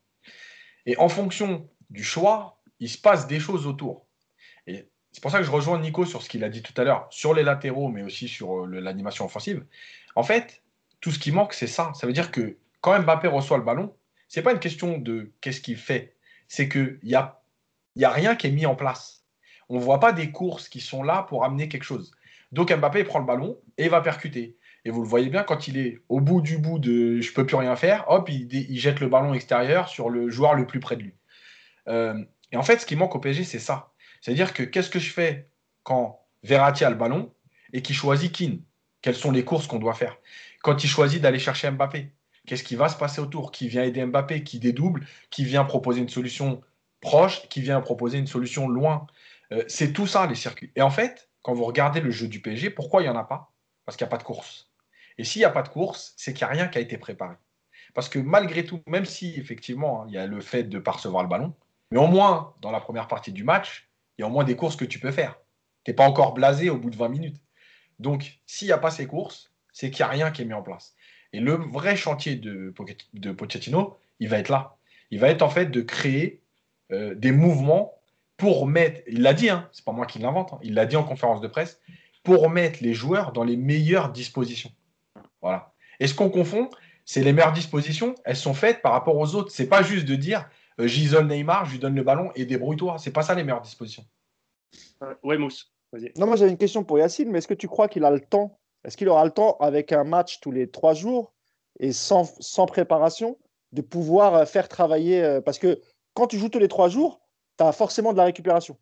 Et en fonction du choix, il se passe des choses autour. Et c'est pour ça que je rejoins Nico sur ce qu'il a dit tout à l'heure, sur les latéraux, mais aussi sur euh, l'animation offensive. En fait, tout ce qui manque, c'est ça. Ça veut dire que quand Mbappé reçoit le ballon, c'est pas une question de qu'est-ce qu'il fait. C'est qu'il n'y a, y a rien qui est mis en place. On ne voit pas des courses qui sont là pour amener quelque chose. Donc Mbappé prend le ballon et il va percuter. Et vous le voyez bien, quand il est au bout du bout de je peux plus rien faire, hop, il, il jette le ballon extérieur sur le joueur le plus près de lui. Euh, et en fait, ce qui manque au P S G, c'est ça. C'est-à-dire que qu'est-ce que je fais quand Verratti a le ballon et qu'il choisit Keane? Quelles sont les courses qu'on doit faire? Quand il choisit d'aller chercher Mbappé, qu'est-ce qui va se passer autour? Qui vient aider Mbappé? Qui dédouble? Qui vient proposer une solution proche? Qui vient proposer une solution loin? euh, C'est tout ça, les circuits. Et en fait, quand vous regardez le jeu du P S G, pourquoi il n'y en a pas? Parce qu'il n'y a pas de course. Et s'il n'y a pas de course, c'est qu'il n'y a rien qui a été préparé. Parce que malgré tout, même si effectivement, hein, il y a le fait de ne pas recevoir le ballon, mais au moins, dans la première partie du match, il y a au moins des courses que tu peux faire. Tu n'es pas encore blasé au bout de vingt minutes. Donc, s'il n'y a pas ces courses, c'est qu'il n'y a rien qui est mis en place. Et le vrai chantier de, de Pochettino, il va être là. Il va être en fait de créer euh, des mouvements pour mettre, il l'a dit, hein, c'est pas moi qui l'invente, hein, il l'a dit en conférence de presse, pour mettre les joueurs dans les meilleures dispositions. Voilà. Et ce qu'on confond, c'est les meilleures dispositions, elles sont faites par rapport aux autres. C'est pas juste de dire euh, j'isole Neymar, je lui donne le ballon et débrouille-toi. C'est pas ça les meilleures dispositions. Euh, ouais, Mousse, vas-y. Non, moi j'avais une question pour Yacine, mais est-ce que tu crois qu'il a le temps? Est-ce qu'il aura le temps, avec un match tous les trois jours et sans, sans préparation, de pouvoir faire travailler euh, parce que quand tu joues tous les trois jours, tu as forcément de la récupération.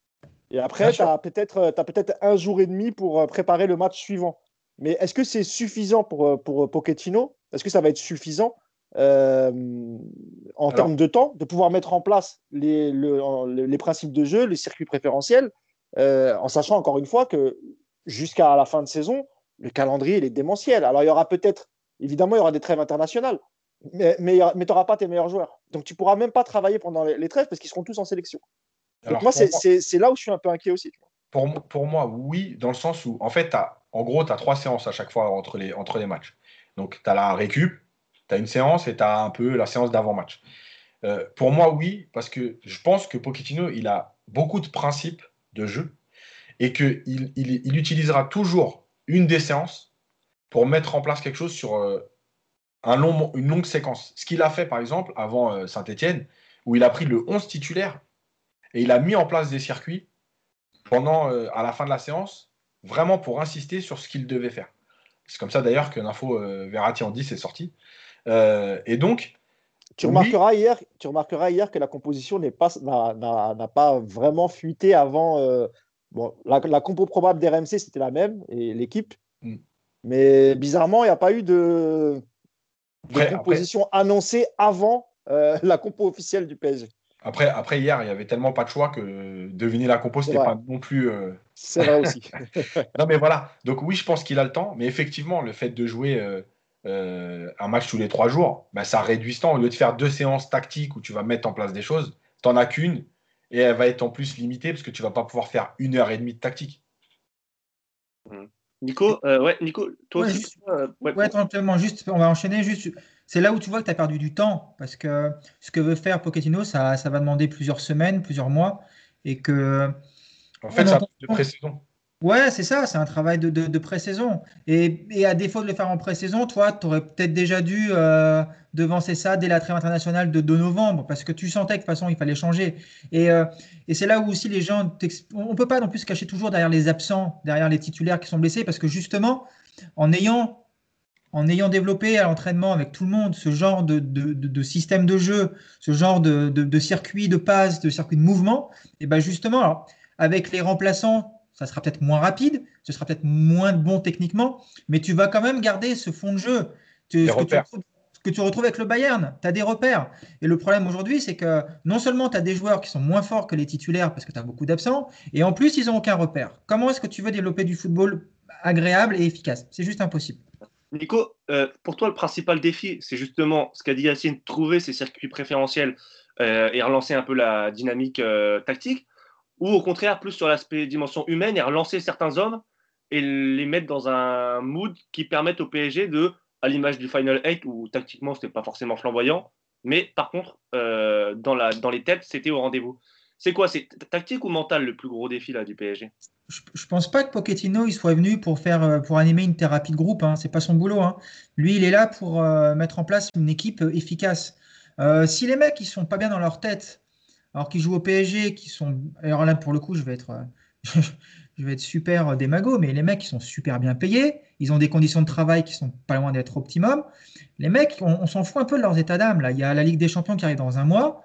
Et après, tu as peut-être t'as peut-être un jour et demi pour préparer le match suivant. Mais est-ce que c'est suffisant pour, pour Pochettino? Est-ce que ça va être suffisant euh, en Alors, termes de temps de pouvoir mettre en place les, le, les principes de jeu, les circuits préférentiels, euh, en sachant encore une fois que jusqu'à la fin de saison, le calendrier il est démentiel. Alors il y aura peut-être, évidemment, il y aura des trêves internationales, mais, mais, mais tu n'auras pas tes meilleurs joueurs. Donc tu ne pourras même pas travailler pendant les, les trêves parce qu'ils seront tous en sélection. Donc alors moi, c'est, c'est, c'est là où je suis un peu inquiet aussi. Tu vois. Pour, pour moi, oui, dans le sens où, en fait, t'as, en gros, tu as trois séances à chaque fois entre les, entre les matchs. Donc, tu as la récup, tu as une séance et tu as un peu la séance d'avant-match. Euh, pour moi, oui, parce que je pense que Pochettino, il a beaucoup de principes de jeu et qu'il il, il utilisera toujours une des séances pour mettre en place quelque chose sur euh, un long, une longue séquence. Ce qu'il a fait, par exemple, avant euh, Saint-Etienne, où il a pris le onze titulaire et il a mis en place des circuits pendant, euh, à la fin de la séance, vraiment pour insister sur ce qu'il devait faire. C'est comme ça d'ailleurs que l'info euh, Verratti en dix est sortie. Euh, et donc, tu, oui, remarqueras hier, tu remarqueras hier que la composition n'est pas, n'a, n'a, n'a pas vraiment fuité avant. Euh, bon, la, la compo probable d'R M C, c'était la même, et l'équipe. mm. Mais bizarrement, il n'y a pas eu de, de après, composition après, annoncée avant euh, la compo officielle du P S G. Après, après, hier, il n'y avait tellement pas de choix que deviner la compo, ce n'était pas non plus. Euh... C'est vrai aussi. Non, mais voilà. Donc, oui, je pense qu'il a le temps. Mais effectivement, le fait de jouer euh, euh, un match tous les trois jours, bah, ça réduit ce temps. Au lieu de faire deux séances tactiques où tu vas mettre en place des choses, tu n'en as qu'une et elle va être en plus limitée parce que tu ne vas pas pouvoir faire une heure et demie de tactique. Nico, euh, ouais, Nico, toi ouais, aussi. juste, Euh, ouais, ouais, éventuellement, juste, on va enchaîner. Juste, c'est là où tu vois que tu as perdu du temps parce que ce que veut faire Pochettino, ça, ça va demander plusieurs semaines, plusieurs mois, et que En fait, on ça entend. de pré-saison. Ouais, c'est ça, c'est un travail de, de, de pré-saison. Et, et à défaut de le faire en pré-saison, toi, tu aurais peut-être déjà dû euh, devancer ça dès la trêve internationale de, de novembre, parce que tu sentais que de toute façon, il fallait changer. Et, euh, et c'est là où aussi les gens, on ne peut pas non plus se cacher toujours derrière les absents, derrière les titulaires qui sont blessés, parce que justement, en ayant, en ayant développé à l'entraînement avec tout le monde ce genre de, de, de, de système de jeu, ce genre de, de, de circuit de passe, de circuit de mouvement, et ben justement, alors, avec les remplaçants, ça sera peut-être moins rapide, ce sera peut-être moins bon techniquement, mais tu vas quand même garder ce fond de jeu. Tu, ce, que tu retrouves, ce que tu retrouves avec le Bayern, tu as des repères. Et le problème aujourd'hui, c'est que non seulement tu as des joueurs qui sont moins forts que les titulaires parce que tu as beaucoup d'absents, et en plus, ils n'ont aucun repère. Comment est-ce que tu veux développer du football agréable et efficace? C'est juste impossible. Nico, euh, pour toi, le principal défi, c'est justement ce qu'a dit Yacine, trouver ces circuits préférentiels euh, et relancer un peu la dynamique euh, tactique. ou au contraire plus sur l'aspect dimension humaine et relancer certains hommes et les mettre dans un mood qui permette au P S G de, à l'image du Final huit où tactiquement c'était pas forcément flamboyant, mais par contre euh, dans, la, dans les têtes c'était au rendez-vous. C'est quoi, c'est tactique ou mental le plus gros défi là du P S G? Je, je pense pas que Pochettino il soit venu pour faire euh, pour animer une thérapie de groupe. Hein. C'est pas son boulot. Hein. Lui, il est là pour euh, mettre en place une équipe euh, efficace. Euh, si les mecs ils sont pas bien dans leur tête, alors qu'ils jouent au P S G, qui sont, alors là pour le coup, je vais être, euh, je vais être super euh, démago, mais les mecs ils sont super bien payés. Ils ont des conditions de travail qui sont pas loin d'être optimum. Les mecs, on, on s'en fout un peu de leurs états d'âme. Là, il y a la Ligue des Champions qui arrive dans un mois.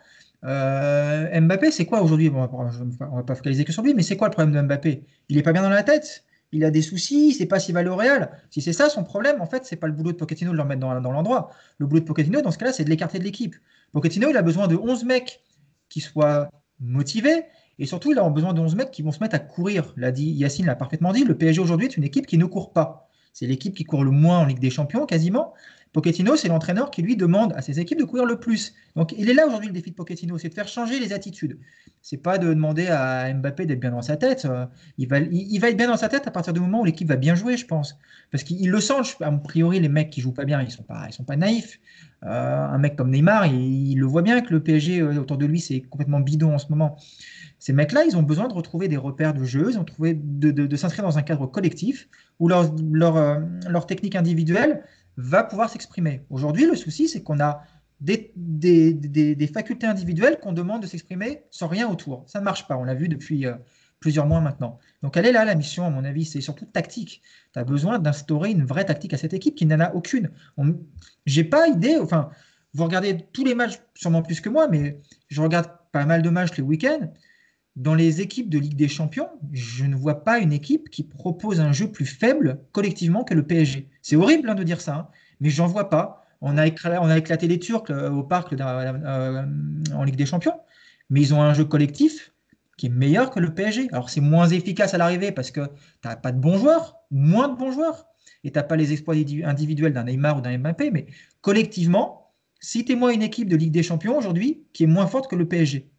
Euh, Mbappé, c'est quoi aujourd'hui? Bon, on ne va pas focaliser que sur lui, mais c'est quoi le problème de Mbappé? Il est pas bien dans la tête, il a des soucis, il ne sait pas s'il va aller au Real. Si c'est ça son problème, en fait, c'est pas le boulot de Pochettino de le remettre dans, dans l'endroit. Le boulot de Pochettino, dans ce cas-là, c'est de l'écarter de l'équipe. Pochettino, il a besoin de onze mecs qui soient motivés, et surtout, il a besoin de onze mecs qui vont se mettre à courir. L'a dit, Yacine l'a parfaitement dit, le P S G aujourd'hui est une équipe qui ne court pas. C'est l'équipe qui court le moins en Ligue des Champions, quasiment. Pochettino, c'est l'entraîneur qui lui demande à ses équipes de courir le plus. Donc il est là aujourd'hui le défi de Pochettino, c'est de faire changer les attitudes. C'est pas de demander à Mbappé d'être bien dans sa tête. Il va, il, il va être bien dans sa tête à partir du moment où l'équipe va bien jouer, je pense. Parce qu'il le sent, a priori, les mecs qui jouent pas bien, ils sont pas, ils sont pas naïfs. Euh, un mec comme Neymar, il, il le voit bien que le P S G autour de lui, c'est complètement bidon en ce moment. Ces mecs-là, ils ont besoin de retrouver des repères de jeu, ils ont trouvé de, de, de s'inscrire dans un cadre collectif où leur, leur, euh, leur technique individuelle va pouvoir s'exprimer. Aujourd'hui, le souci, c'est qu'on a des, des, des, des facultés individuelles qu'on demande de s'exprimer sans rien autour. Ça ne marche pas, on l'a vu depuis euh, plusieurs mois maintenant. Donc elle est là, la mission, à mon avis, c'est surtout tactique. Tu as besoin d'instaurer une vraie tactique à cette équipe qui n'en a aucune. On... J'ai pas idée, enfin, vous regardez tous les matchs, sûrement plus que moi, mais je regarde pas mal de matchs les week-ends. Dans les équipes de Ligue des Champions, je ne vois pas une équipe qui propose un jeu plus faible collectivement que le P S G. C'est horrible hein, de dire ça, hein, mais j'en vois pas. On a, éclaté, on a éclaté les Turcs euh, au parc euh, en Ligue des Champions, mais ils ont un jeu collectif qui est meilleur que le P S G. Alors c'est moins efficace à l'arrivée parce que tu n'as pas de bons joueurs, moins de bons joueurs, et tu n'as pas les exploits individuels d'un Neymar ou d'un Mbappé, mais collectivement, citez-moi une équipe de Ligue des Champions aujourd'hui qui est moins forte que le P S G.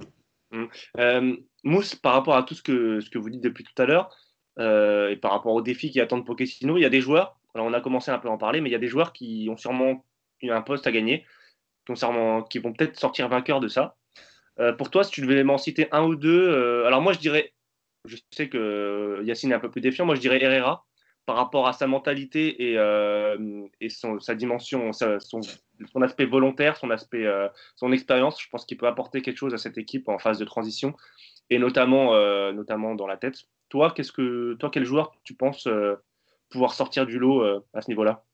Euh, Mousse, par rapport à tout ce que, ce que vous dites depuis tout à l'heure, euh, et par rapport aux défis qui attendent Pochettino, il y a des joueurs, alors on a commencé un peu à en parler, mais il y a des joueurs qui ont sûrement eu un poste à gagner, qui, ont sûrement, qui vont peut-être sortir vainqueurs de ça. Euh, pour toi, si tu devais m'en citer un ou deux, euh, alors moi je dirais, je sais que Yacine est un peu plus défiant, moi je dirais Herrera, par rapport à sa mentalité et, euh, et son, sa dimension, sa, son, son aspect volontaire, son aspect, euh, son expérience. Je pense qu'il peut apporter quelque chose à cette équipe en phase de transition et notamment, euh, notamment dans la tête. Toi, qu'est-ce que, toi, quel joueur tu penses euh, pouvoir sortir du lot euh, à ce niveau-là?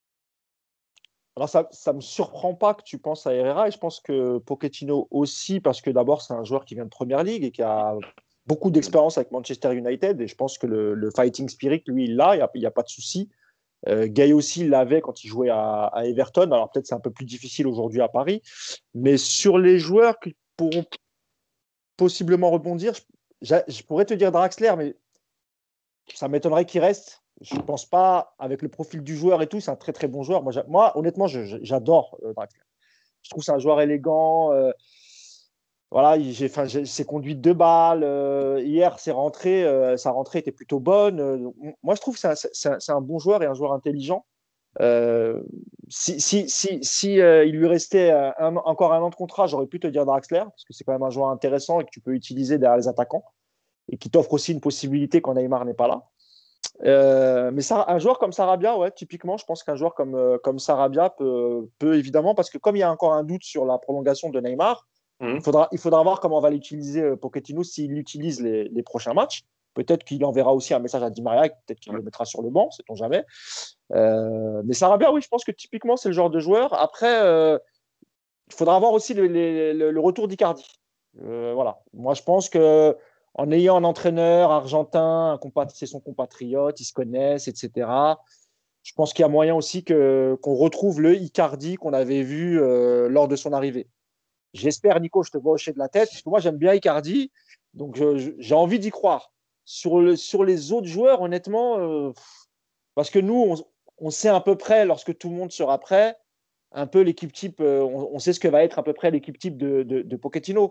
Alors ça ne me surprend pas que tu penses à Herrera et je pense que Pochettino aussi parce que d'abord c'est un joueur qui vient de Première Ligue et qui a beaucoup d'expérience avec Manchester United et je pense que le, le fighting spirit lui il l'a, il n'y a, a pas de souci. Euh, Gay aussi il l'avait quand il jouait à, à Everton, alors peut-être c'est un peu plus difficile aujourd'hui à Paris, mais sur les joueurs qui pourront possiblement rebondir, je, je pourrais te dire Draxler mais ça m'étonnerait qu'il reste. Je ne pense pas, avec le profil du joueur et tout, c'est un très très bon joueur. Moi, moi honnêtement, je, j'adore euh, Draxler. Je trouve que c'est un joueur élégant. Euh, voilà, j'ai, enfin, j'ai, ses conduites de balle. Euh, hier, c'est rentré, euh, sa rentrée était plutôt bonne. Euh, donc, moi, je trouve que c'est un, c'est, un, c'est un bon joueur et un joueur intelligent. Euh, si si, si, si euh, il lui restait un, encore un an de contrat, j'aurais pu te dire Draxler, parce que c'est quand même un joueur intéressant et que tu peux utiliser derrière les attaquants et qui t'offre aussi une possibilité quand Neymar n'est pas là. Euh, mais ça, un joueur comme Sarabia, ouais, typiquement, je pense qu'un joueur comme, euh, comme Sarabia peut, peut évidemment, parce que comme il y a encore un doute sur la prolongation de Neymar, mmh. il, faudra, il faudra voir comment va l'utiliser euh, Pochettino s'il l'utilise les, les prochains matchs. Peut-être qu'il enverra aussi un message à Di Maria, peut-être qu'il le mettra sur le banc, sait-on jamais. Euh, mais Sarabia, oui, je pense que typiquement, c'est le genre de joueur. Après, euh, il faudra voir aussi le, le, le, le retour d'Icardi. Euh, voilà. Moi, je pense que en ayant un entraîneur argentin, un compat- c'est son compatriote, ils se connaissent, et cetera. Je pense qu'il y a moyen aussi que, qu'on retrouve le Icardi qu'on avait vu euh, lors de son arrivée. J'espère, Nico, je te vois hocher de la tête, parce que moi, j'aime bien Icardi, donc je, je, j'ai envie d'y croire. Sur, le, sur les autres joueurs, honnêtement, euh, parce que nous, on, on sait à peu près, lorsque tout le monde sera prêt, un peu l'équipe type, euh, on, on sait ce que va être à peu près l'équipe type de, de, de Pochettino.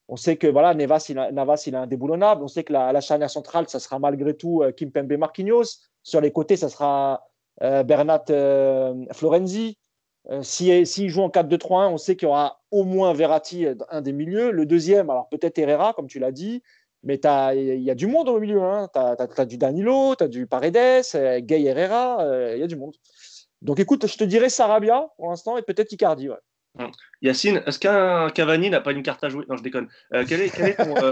On sait que voilà, Navas, il, a, Navas, il est indéboulonnable. On sait que la, la charnière centrale, ça sera malgré tout euh, Kimpembe Marquinhos. Sur les côtés, ça sera euh, Bernat euh, Florenzi. Euh, S'il si, si joue en quatre deux trois un, on sait qu'il y aura au moins Verratti, un des milieux. Le deuxième, alors peut-être Herrera, comme tu l'as dit, mais il y a du monde au milieu. Hein. Tu as, as, as du Danilo, tu as du Paredes, euh, Gay Herrera, il euh, y a du monde. Donc écoute, je te dirais Sarabia pour l'instant et peut-être Icardi. Ouais. Hum. Yacine, est-ce qu'un Cavani n'a pas une carte à jouer? Non, je déconne. Euh, quel, est, quel, est ton, euh,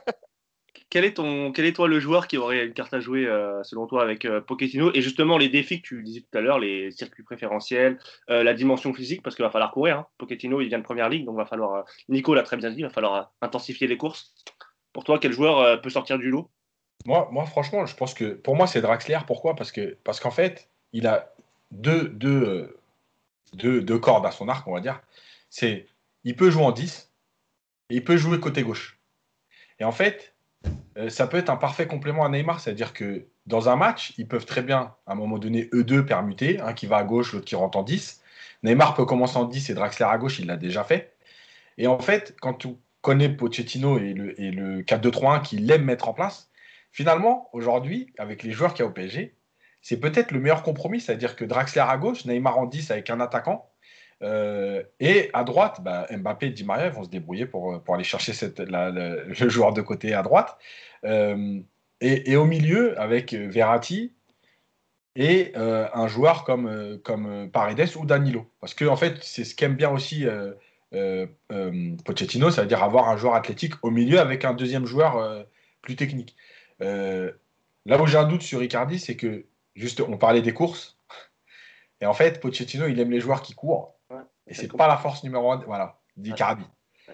quel, est ton, quel est toi le joueur qui aurait une carte à jouer euh, selon toi avec euh, Pochettino? Et justement, les défis que tu disais tout à l'heure, les circuits préférentiels, euh, la dimension physique, parce qu'il va falloir courir. Hein. Pochettino, il vient de première ligue, donc va falloir. Euh, Nico l'a très bien dit, il va falloir euh, intensifier les courses. Pour toi, quel joueur euh, peut sortir du lot? Moi, moi, franchement, je pense que pour moi, c'est Draxler. Pourquoi? Parce que parce qu'en fait, il a deux, deux, deux, deux cordes à son arc, on va dire. C'est, il peut jouer en dix et il peut jouer côté gauche. Et en fait, euh, ça peut être un parfait complément à Neymar. C'est-à-dire que dans un match, ils peuvent très bien, à un moment donné, eux deux permuter, un qui va à gauche, l'autre qui rentre en dix. Neymar peut commencer en dix et Draxler à gauche, il l'a déjà fait. Et en fait, quand tu connais Pochettino et le, et le quatre deux trois un qu'il aime mettre en place, finalement, aujourd'hui, avec les joueurs qu'il y a au P S G, c'est peut-être le meilleur compromis. C'est-à-dire que Draxler à gauche, Neymar en dix avec un attaquant. Euh, et à droite, bah, Mbappé et Di Maria vont se débrouiller pour, pour aller chercher cette, la, la, le joueur de côté à droite. Euh, et, et au milieu, avec Verratti et euh, un joueur comme, euh, comme Paredes ou Danilo. Parce que en fait, c'est ce qu'aime bien aussi euh, euh, euh, Pochettino, ça veut dire avoir un joueur athlétique au milieu avec un deuxième joueur euh, plus technique. Euh, là où j'ai un doute sur Icardi, c'est que, juste, on parlait des courses. Et en fait, Pochettino, il aime les joueurs qui courent. Ouais, et c'est pas la force numéro un voilà, d'Icardi. Ouais.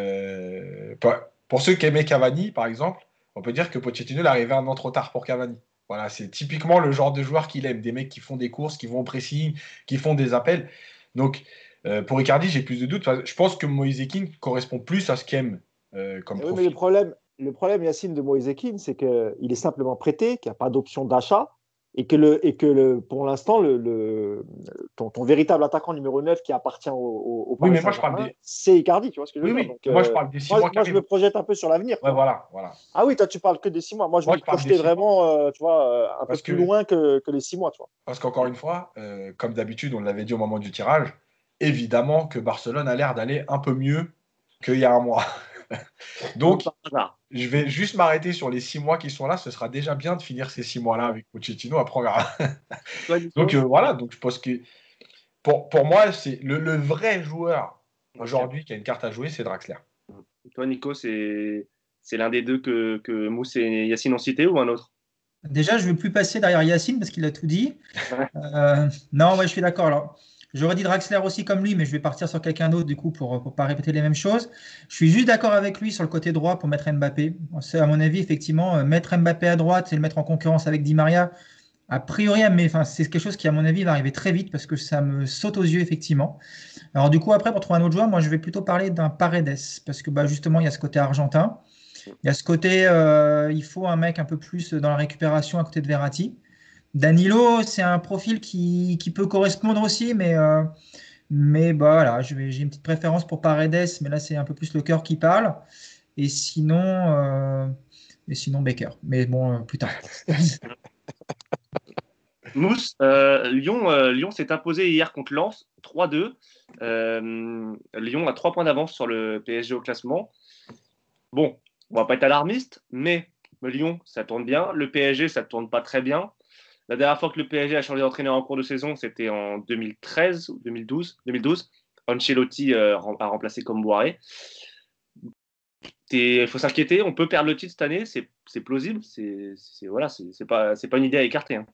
Euh, pour, pour ceux qui aimaient Cavani, par exemple, on peut dire que Pochettino est arrivé un an trop tard pour Cavani. Voilà, c'est typiquement le genre de joueur qu'il aime. Des mecs qui font des courses, qui vont au pressing, qui font des appels. Donc, euh, pour Icardi, j'ai plus de doutes. Je pense que Moïse Kean correspond plus à ce qu'aime euh, comme oui, profil. Mais le problème, le problème, Yacine, de Moïse Kean, c'est qu'il est simplement prêté, qu'il n'y a pas d'option d'achat. Et que, le, et que le, pour l'instant, le, le, ton, ton véritable attaquant numéro neuf qui appartient au, au, au Paris oui, Saint-Germain, des... c'est Icardi, tu vois ce que je veux oui, dire. Oui, Donc, moi, euh, je parle des six moi, mois moi je me projette un peu sur l'avenir. Ouais, voilà, voilà. Ah oui, toi, tu parles que des six mois. Moi, je moi, me je projetais vraiment euh, tu vois, un Parce peu plus que... loin que, que les six mois. Tu vois. Parce qu'encore une fois, euh, comme d'habitude, on l'avait dit au moment du tirage, évidemment que Barcelone a l'air d'aller un peu mieux qu'il y a un mois. Donc, je vais juste m'arrêter sur les six mois qui sont là. Ce sera déjà bien de finir ces six mois-là avec Pochettino. Après, on verra. donc, euh, voilà. Donc, je pense que pour, pour moi, c'est le, le vrai joueur aujourd'hui qui a une carte à jouer, c'est Draxler. Toi, Nico, c'est, c'est l'un des deux que, que Mousse et Yacine ont cité ou un autre? Déjà, je ne veux plus passer derrière Yacine parce qu'il a tout dit. euh, non, ouais, je suis d'accord. Alors, j'aurais dit Draxler aussi comme lui, mais je vais partir sur quelqu'un d'autre du coup pour ne pas répéter les mêmes choses. Je suis juste d'accord avec lui sur le côté droit pour mettre Mbappé. C'est à mon avis, effectivement, mettre Mbappé à droite et le mettre en concurrence avec Di Maria, a priori, mais enfin, c'est quelque chose qui, à mon avis, va arriver très vite parce que ça me saute aux yeux, effectivement. Alors, du coup, après, pour trouver un autre joueur, moi, je vais plutôt parler d'un Paredes parce que bah, justement, il y a ce côté argentin. Il y a ce côté, euh, il faut un mec un peu plus dans la récupération à côté de Verratti. Danilo, c'est un profil qui, qui peut correspondre aussi, mais, euh, mais bah, voilà, j'ai une petite préférence pour Paredes, mais là, c'est un peu plus le cœur qui parle. Et sinon, euh, et sinon Baker. Mais bon, euh, plus tard. Mousse, euh, Lyon, euh, Lyon s'est imposé hier contre Lens, trois deux. Euh, Lyon a trois points d'avance sur le P S G au classement. Bon, on va pas être alarmiste, mais Lyon, ça tourne bien. Le P S G, ça tourne pas très bien. La dernière fois que le P S G a changé d'entraîneur en cours de saison, c'était en deux mille treize ou deux mille douze. deux mille douze. Ancelotti euh, a remplacé Comboiré. Il faut s'inquiéter, on peut perdre le titre cette année, c'est, c'est plausible, c'est, c'est, voilà, c'est, c'est, pas, c'est pas une idée à écarter. Hein.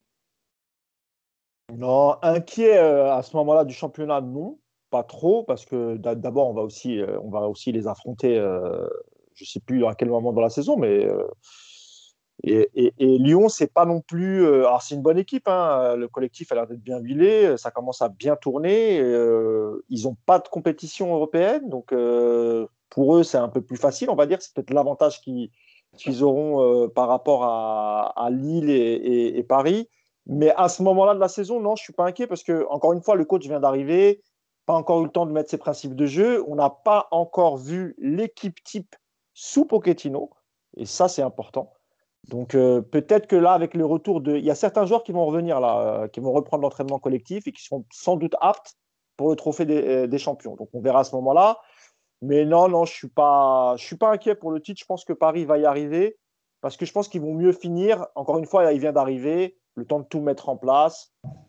Non, inquiet euh, à ce moment-là du championnat, non, pas trop, parce que d'abord, on va aussi, euh, on va aussi les affronter, euh, je ne sais plus à quel moment dans la saison, mais. Euh, et, et, et Lyon, c'est pas non plus. Euh, alors, c'est une bonne équipe, hein, le collectif a l'air d'être bien huilé, ça commence à bien tourner. Euh, ils n'ont pas de compétition européenne, donc euh, pour eux, c'est un peu plus facile, on va dire. C'est peut-être l'avantage qu'ils, qu'ils auront euh, par rapport à, à Lille et, et, et Paris. Mais à ce moment-là de la saison, non, je ne suis pas inquiet parce que, encore une fois, le coach vient d'arriver, pas encore eu le temps de mettre ses principes de jeu. On n'a pas encore vu l'équipe type sous Pochettino. Et ça, c'est important. Donc, euh, peut-être que là, avec le retour de... Il y a certains joueurs qui vont revenir, là, euh, qui vont reprendre l'entraînement collectif et qui seront sans doute aptes pour le trophée des, euh, des champions. Donc, on verra à ce moment-là. Mais non, non, je ne suis pas, je suis pas inquiet pour le titre. Je pense que Paris va y arriver parce que je pense qu'ils vont mieux finir. Encore une fois, là, il vient d'arriver, le temps de tout mettre en place.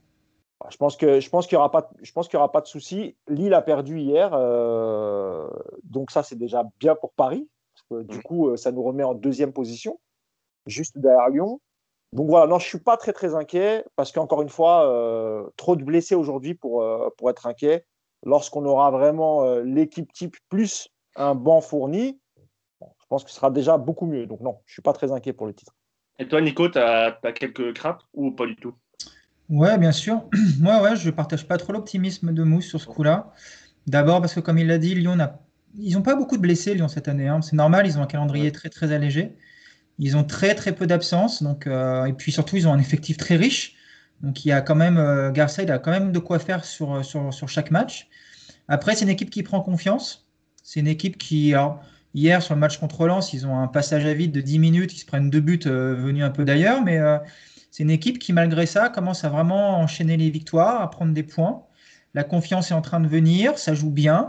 Je pense que, je pense qu'il n'y aura pas, je pense qu'il y aura pas de souci. Lille a perdu hier, euh, donc ça, c'est déjà bien pour Paris. Parce que, du coup, ça nous remet en deuxième position, juste derrière Lyon. Donc voilà, non, je ne suis pas très, très inquiet parce qu'encore une fois, euh, trop de blessés aujourd'hui pour, euh, pour être inquiet. Lorsqu'on aura vraiment euh, l'équipe type plus un banc fourni, bon, je pense que ce sera déjà beaucoup mieux. Donc non, je ne suis pas très inquiet pour le titre. Et toi, Nico, tu as quelques craintes ou pas du tout? Ouais, bien sûr. Moi, ouais, je partage pas trop l'optimisme de Mousse sur ce coup-là. D'abord parce que, comme il l'a dit, Lyon n'a... ils n'ont pas beaucoup de blessés, Lyon, cette année, hein. C'est normal, ils ont un calendrier Ouais. très, très allégé. Ils ont très, très peu d'absence. Donc, euh, et puis surtout, ils ont un effectif très riche. Donc, il y a quand même, euh, Garside a quand même de quoi faire sur, sur, sur chaque match. Après, c'est une équipe qui prend confiance. C'est une équipe qui, alors, hier, sur le match contre Lens, ils ont un passage à vide de dix minutes. Ils se prennent deux buts euh, venus un peu d'ailleurs. Mais euh, c'est une équipe qui, malgré ça, commence à vraiment enchaîner les victoires, à prendre des points. La confiance est en train de venir. Ça joue bien.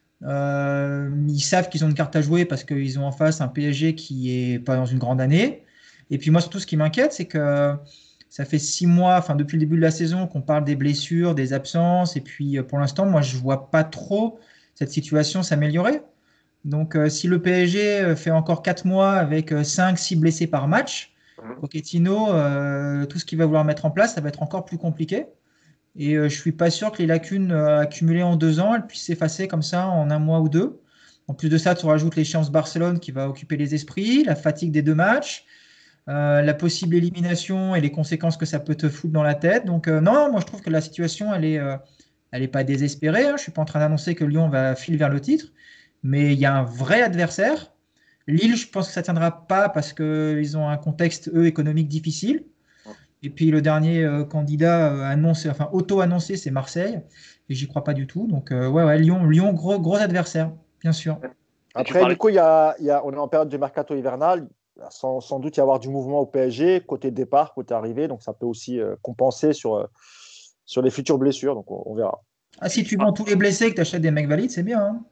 Euh, ils savent qu'ils ont une carte à jouer parce qu'ils ont en face un P S G qui est pas dans une grande année. Et puis moi, surtout, ce qui m'inquiète, c'est que ça fait six mois, enfin depuis le début de la saison, qu'on parle des blessures, des absences. Et puis euh, pour l'instant, moi, je vois pas trop cette situation s'améliorer. Donc euh, si le P S G euh, fait encore quatre mois avec euh, cinq six blessés par match, Mhm. Pochettino, euh, tout ce qu'il va vouloir mettre en place, ça va être encore plus compliqué. Et euh, je suis pas sûr que les lacunes euh, accumulées en deux ans, elles puissent s'effacer comme ça en un mois ou deux. En plus de ça, tu rajoutes l'échéance Barcelone qui va occuper les esprits, la fatigue des deux matchs, euh, la possible élimination et les conséquences que ça peut te foutre dans la tête. Donc euh, non, moi je trouve que la situation, elle est, euh, elle est pas désespérée, hein. Je suis pas en train d'annoncer que Lyon va filer vers le titre, mais il y a un vrai adversaire. Lille, je pense que ça tiendra pas parce qu'ils ont un contexte, eux, économique difficile. Et puis le dernier euh, candidat euh, annoncé, enfin auto-annoncé, c'est Marseille. Et j'y crois pas du tout. Donc euh, ouais, ouais, Lyon, Lyon, gros, gros adversaire, bien sûr. Et tu Après, parlais. Nico, il y a, il y a, on est en période de mercato hivernal. Il va sans, sans doute y avoir du mouvement au P S G, côté départ, côté arrivée. Donc, ça peut aussi euh, compenser sur, euh, sur les futures blessures. Donc, on, on verra. Ah, Et si tu tu vends tous les blessés et que tu achètes des mecs valides, c'est bien, hein.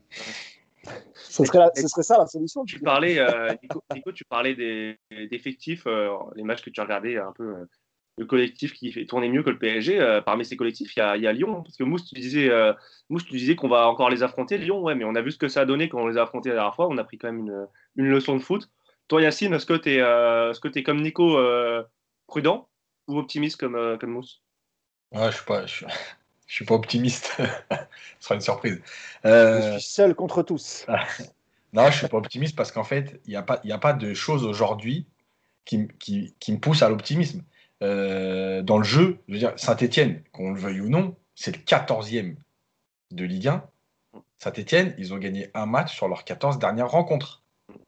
Ce Et serait, tu, la- et ce serait ça la solution. tu parlais, euh, Nico, Nico, tu parlais des, des effectifs, euh, les matchs que tu regardais, un peu euh, le collectif qui fait tourner mieux que le P S G. Euh, parmi ces collectifs, il y a, il y a Lyon. Parce que Mousse, tu disais, euh, Mousse, tu disais qu'on va encore les affronter, Lyon. Ouais, mais on a vu ce que ça a donné quand on les a affrontés la dernière fois. On a pris quand même une, une leçon de foot. Toi, Yacine, est-ce que tu es, euh, est-ce que t'es comme Nico, euh, prudent ou optimiste comme, euh, comme Mousse? Ouais, je suis pas, je suis, je suis pas optimiste. Ce sera une surprise. Je Euh, suis seul contre tous. non, je suis pas optimiste parce qu'en fait, il n'y a pas, il y a pas de choses aujourd'hui qui, m- qui, qui me poussent à l'optimisme. Euh, dans le jeu, je veux dire, Saint-Étienne, qu'on le veuille ou non, c'est le quatorzième de Ligue un. Saint-Étienne, ils ont gagné un match sur leurs quatorze dernières rencontres.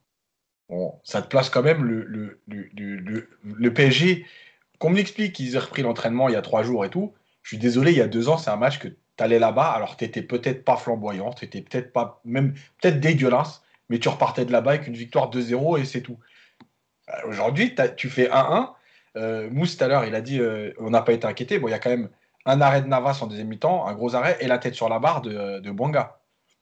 Bon, ça te place quand même le, le, le, le, le- le P S G. Qu'on me l'explique qu'ils aient repris l'entraînement il y a trois jours et tout. Je suis désolé, il y a deux ans, c'est un match que tu allais là-bas, alors tu n'étais peut-être pas flamboyant, tu étais peut-être pas, même peut-être dégueulasse, mais tu repartais de là-bas avec une victoire deux zéro et c'est tout. Euh, Aujourd'hui, t'as- tu fais un un. Euh, Mousse, tout à l'heure, il a dit euh, on n'a pas été inquiété. Bon, il y a quand même un arrêt de Navas en deuxième mi-temps, un gros arrêt, et la tête sur la barre de, de Bouanga.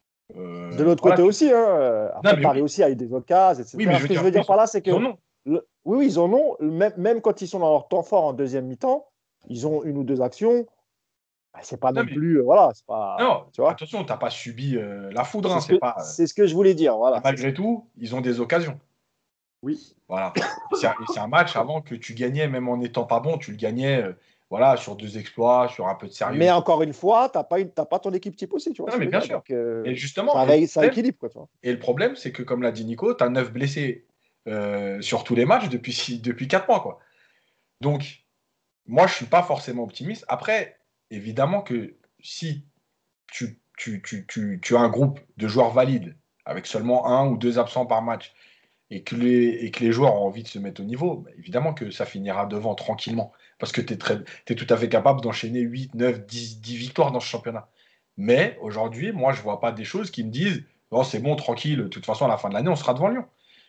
De Euh, l'autre voilà. côté aussi. Hein. Non, Après, mais Paris oui, aussi a eu des occasions, oui, mais et cetera. je Ce veux que je dire, veux eux, dire ils, sont- par là, c'est ils que en ont. le- oui, oui, ils en ont. Même, même quand ils sont dans leur temps fort en deuxième mi-temps, ils ont une ou deux actions. Bah, c'est pas Non, non mais plus. euh, voilà, c'est pas. non, Tu vois, attention, tu n'as pas subi euh, la foudre, c'est hein, ce c'est que, pas. euh, c'est ce que je voulais dire. Et Voilà, c'est ça. malgré tout, ils ont des occasions. Oui. Voilà. C'est un, c'est un match avant que tu gagnais, même en n'étant pas bon, tu le gagnais euh, voilà, sur deux exploits, sur un peu de sérieux Mais et tout. encore une fois, tu n'as pas, une- t'as pas ton équipe type aussi, tu vois Non, ce que mais je veux bien dire. sûr. Donc, euh, Et justement, ça, et le ré- ça problème, équilibre, quoi, tu vois. et le problème, c'est que, comme l'a dit Nico, tu as neuf blessés euh, sur tous les matchs depuis, six- depuis quatre mois. Quoi. Donc, moi, je ne suis pas forcément optimiste. Après, évidemment que si tu, tu, tu, tu, tu as un groupe de joueurs valides, avec seulement un ou deux absents par match, et que les, et que les joueurs ont envie de se mettre au niveau, bah, évidemment que ça finira devant tranquillement. Parce que tu es, es tout à fait capable d'enchaîner huit, neuf, dix, dix victoires dans ce championnat. Mais aujourd'hui, moi, je ne vois pas des choses qui me disent oh, c'est bon, tranquille, de toute façon, à la fin de l'année, on sera devant Lyon.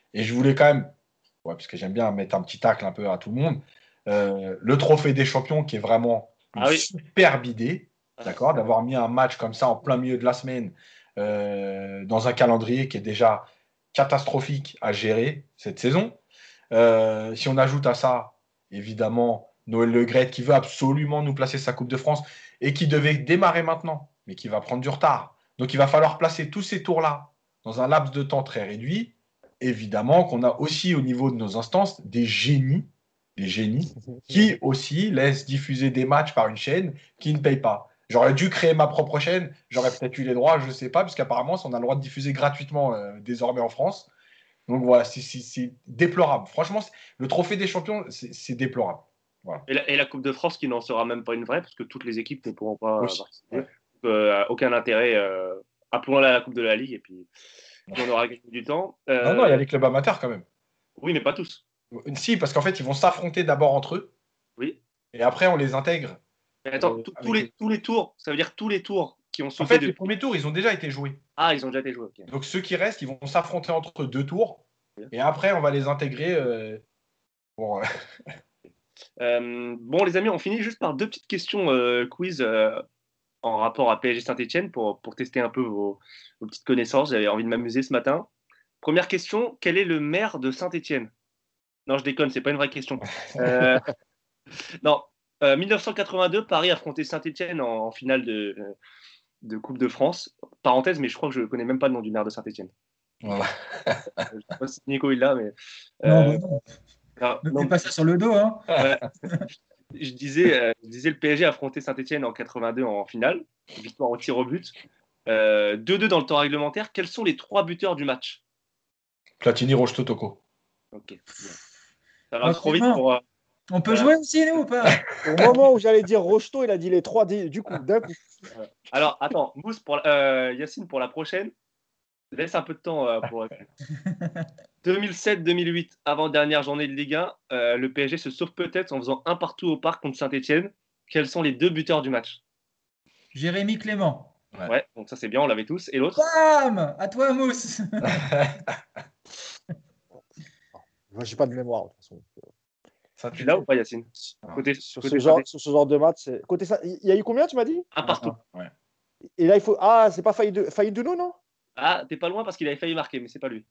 Et je voulais quand même, ouais, parce que j'aime bien mettre un petit tacle un peu à tout le monde, euh, le trophée des champions qui est vraiment une Ah oui. superbe idée, d'accord, d'avoir mis un match comme ça en plein milieu de la semaine euh, dans un calendrier qui est déjà catastrophique à gérer cette saison. Euh, si on ajoute à ça, évidemment, Noël Le Graët qui veut absolument nous placer sa Coupe de France et qui devait démarrer maintenant, mais qui va prendre du retard. Donc il va falloir placer tous ces tours-là dans un laps de temps très réduit. Évidemment qu'on a aussi au niveau de nos instances des génies, des génies qui aussi laissent diffuser des matchs par une chaîne qui ne paye pas. J'aurais dû créer ma propre chaîne, j'aurais peut-être eu les droits, je ne sais pas, puisqu'apparemment on a le droit de diffuser gratuitement euh, désormais en France. Donc voilà, c'est, c'est, c'est déplorable. Franchement, c'est, le trophée des champions, c'est, c'est déplorable. Voilà. Et, la, et la Coupe de France qui n'en sera même pas une vraie, parce que toutes les équipes ne pourront pas Oui, participer. ouais. Euh, aucun intérêt. Euh, appelons-la la Coupe de la Ligue, et puis, puis on aura gagné du temps. Euh, Non, non, il y a les clubs amateurs quand même. Oui, mais pas tous. Si, parce qu'en fait, ils vont s'affronter d'abord entre eux, Oui. et après, on les intègre. Mais attends, euh, tous- avec tous les, les- tous les tours, ça veut dire tous les tours qui ont En sauté fait, les depuis. premiers tours, ils ont déjà été joués. Ah, ils ont déjà été joués. ok. Donc ceux qui restent, ils vont s'affronter entre eux deux tours, Bien. et après, on va les intégrer. Euh, pour, euh, Euh, bon, les amis, on finit juste par deux petites questions euh, quiz euh, en rapport à P S G Saint-Etienne pour, pour tester un peu vos, vos petites connaissances. J'avais envie de m'amuser ce matin. Première question, quel est le maire de Saint-Etienne? Non, je déconne, c'est pas une vraie question. Euh, non, euh, mille neuf cent quatre-vingt-deux, Paris affrontait Saint-Etienne en, en finale de, de Coupe de France. Parenthèse, mais je crois que je connais même pas le nom du maire de Saint-Etienne. voilà. Je sais pas si Nico il l'a, mais. Non, Euh, bah non. non, Ne non, fais pas ça sur le dos. Hein. ouais. je, disais, euh, je disais le P S G affrontait Saint-Etienne en quatre-vingt-deux en finale, victoire au tir au but. Euh, deux deux dans le temps réglementaire. Quels sont les trois buteurs du match? Platini, Rocheteau, Toko. Ok. Bien. Ça va trop vite Franchement, pour. euh, on peut voilà. jouer aussi, nous, ou pas? Au moment où j'allais dire Rocheteau, il a dit les trois d- du coup, d'un coup. Voilà. Alors, attends, Mousse, pour, euh, Yacine, pour la prochaine, laisse un peu de temps euh, pour. deux mille sept deux mille huit, avant-dernière journée de Ligue un, euh, le P S G se sauve peut-être en faisant un partout au parc contre Saint-Etienne. Quels sont les deux buteurs du match? Jérémy Clément. Ouais. Ouais, donc ça c'est bien, on l'avait tous. Et l'autre? Bam! À toi, Mousse. Moi, j'ai pas de mémoire de toute façon. Ça, Tu tu l'as dis ou pas, Yacine? Ah. Côté, Sur côté ce genre, Saint-Etienne. sur ce genre de match, c'est- côté ça, il y a eu combien, tu m'as dit? Un partout. Ouais. Et là, il faut. Ah, c'est pas Faïdouno, non? Ah, t'es pas loin parce qu'il avait failli marquer, mais c'est pas lui.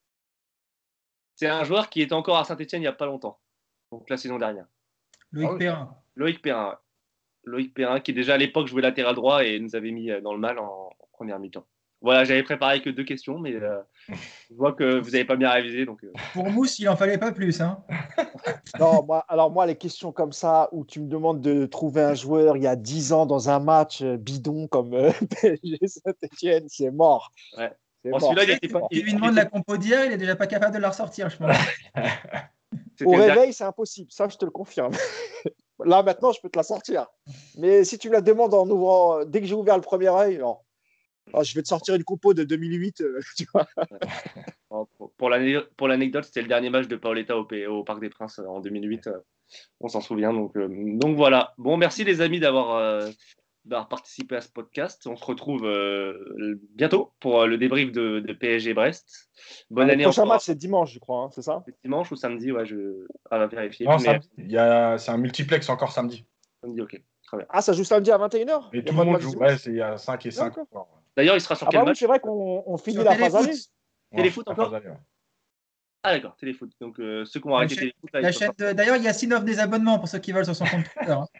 C'est un joueur qui était encore à Saint-Etienne il n'y a pas longtemps. Donc la saison dernière. Loïc Ah oui. Perrin. Loïc Perrin. ouais. Loïc Perrin, qui déjà à l'époque jouait latéral droit et nous avait mis euh, dans le mal en, en première mi-temps. Voilà, j'avais préparé que deux questions, mais euh, je vois que vous n'avez pas bien révisé. Donc, euh, Pour Mousse, il en fallait pas plus. Hein. Non, moi, alors moi, les questions comme ça, où tu me demandes de trouver un joueur il y a dix ans dans un match euh, bidon comme euh, P S G Saint-Etienne, c'est mort. Ouais. C'est Bon, mort. celui-là, il était pas. Tu il- lui il demandes était- la compo d'hier, il est déjà pas capable de la ressortir, je pense. c'était Au le dernier- réveil, c'est impossible. Ça, je te le confirme. Là, maintenant, je peux te la sortir. Mais si tu me la demandes en ouvrant, dès que j'ai ouvert le premier œil, non. Ah, je vais te sortir une compo de deux mille huit. euh, tu vois. Bon, pour- Pour l'ane- pour l'anecdote, c'était le dernier match de Paoletta au, P- au Parc des Princes euh, en deux mille huit. euh, On s'en souvient. Donc, euh, donc voilà. Bon, merci les amis d'avoir euh, d'avoir participé à ce podcast. On se retrouve euh, bientôt pour euh, le débrief de, de P S G Brest. Bonne Ah, le année prochain encore. match, c'est dimanche, je crois. Hein, c'est ça? Dimanche ou samedi, ouais, je à la vérifier. Non, Mais samedi. Il y a... C'est un multiplex encore samedi. samedi, ok. Très bien. Ah, ça joue samedi à vingt et une heures? Et tout le monde joue. Ouais, c'est il y a cinq et cinq. D'accord. D'ailleurs, il sera sur Ah quel bah oui, match? c'est vrai qu'on on finit Sur la phase Téléfoot. aller. Téléfoot Ouais, encore phase aller, ouais. Ah d'accord, Téléfoot. Donc euh, ceux qui ont La arrêté chaîne- Téléfoot, là, La ils peuvent chaîne pas. de... D'ailleurs, Yacine offre des abonnements pour ceux qui veulent sur son compte Twitter. hein.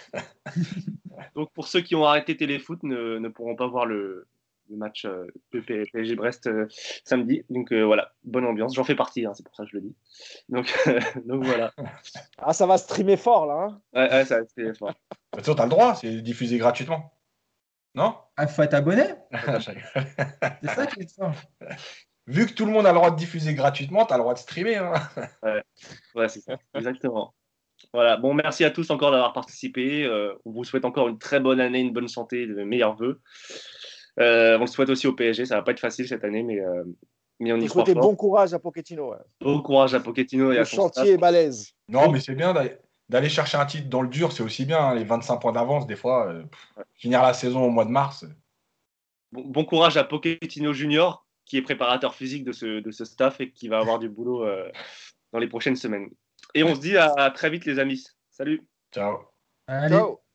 Donc pour ceux qui ont arrêté Téléfoot ne, ne pourront pas voir le, le match euh, de P S G Brest euh, samedi. Donc euh, voilà, bonne ambiance. J'en fais partie, hein, c'est pour ça que je le dis. Donc, donc voilà. Ah, ça va streamer fort, là. Hein. Ouais, ouais, ça, c'est fort. De toute façon, t'as le droit, c'est diffusé gratuitement. Non? Ah, faut être abonné. Je rigole. C'est ça qui est fort. Vu que tout le monde a le droit de diffuser gratuitement, t'as le droit de streamer. Hein. Ouais, c'est ça. Exactement. Voilà. Bon, merci à tous encore d'avoir participé. Euh, on vous souhaite encore une très bonne année, une bonne santé, de meilleurs vœux. Euh, on le souhaite aussi au P S G. Ça va pas être facile cette année, mais, euh, mais on y Je croit souhaiter fort. bon courage à Pochettino. Ouais. Bon courage à Pochettino et Le à son chantier staff. est balèze. Non, mais c'est bien d'aller, d'aller chercher un titre dans le dur, c'est aussi bien. Hein, les vingt-cinq points d'avance, des fois, euh, pff, finir la saison au mois de mars. Bon, bon courage à Pochettino Junior qui est préparateur physique de ce, de ce staff et qui va avoir du boulot euh, dans les prochaines semaines. Et on se dit à, à très vite, les amis. Salut. Ciao. Allez. Ciao.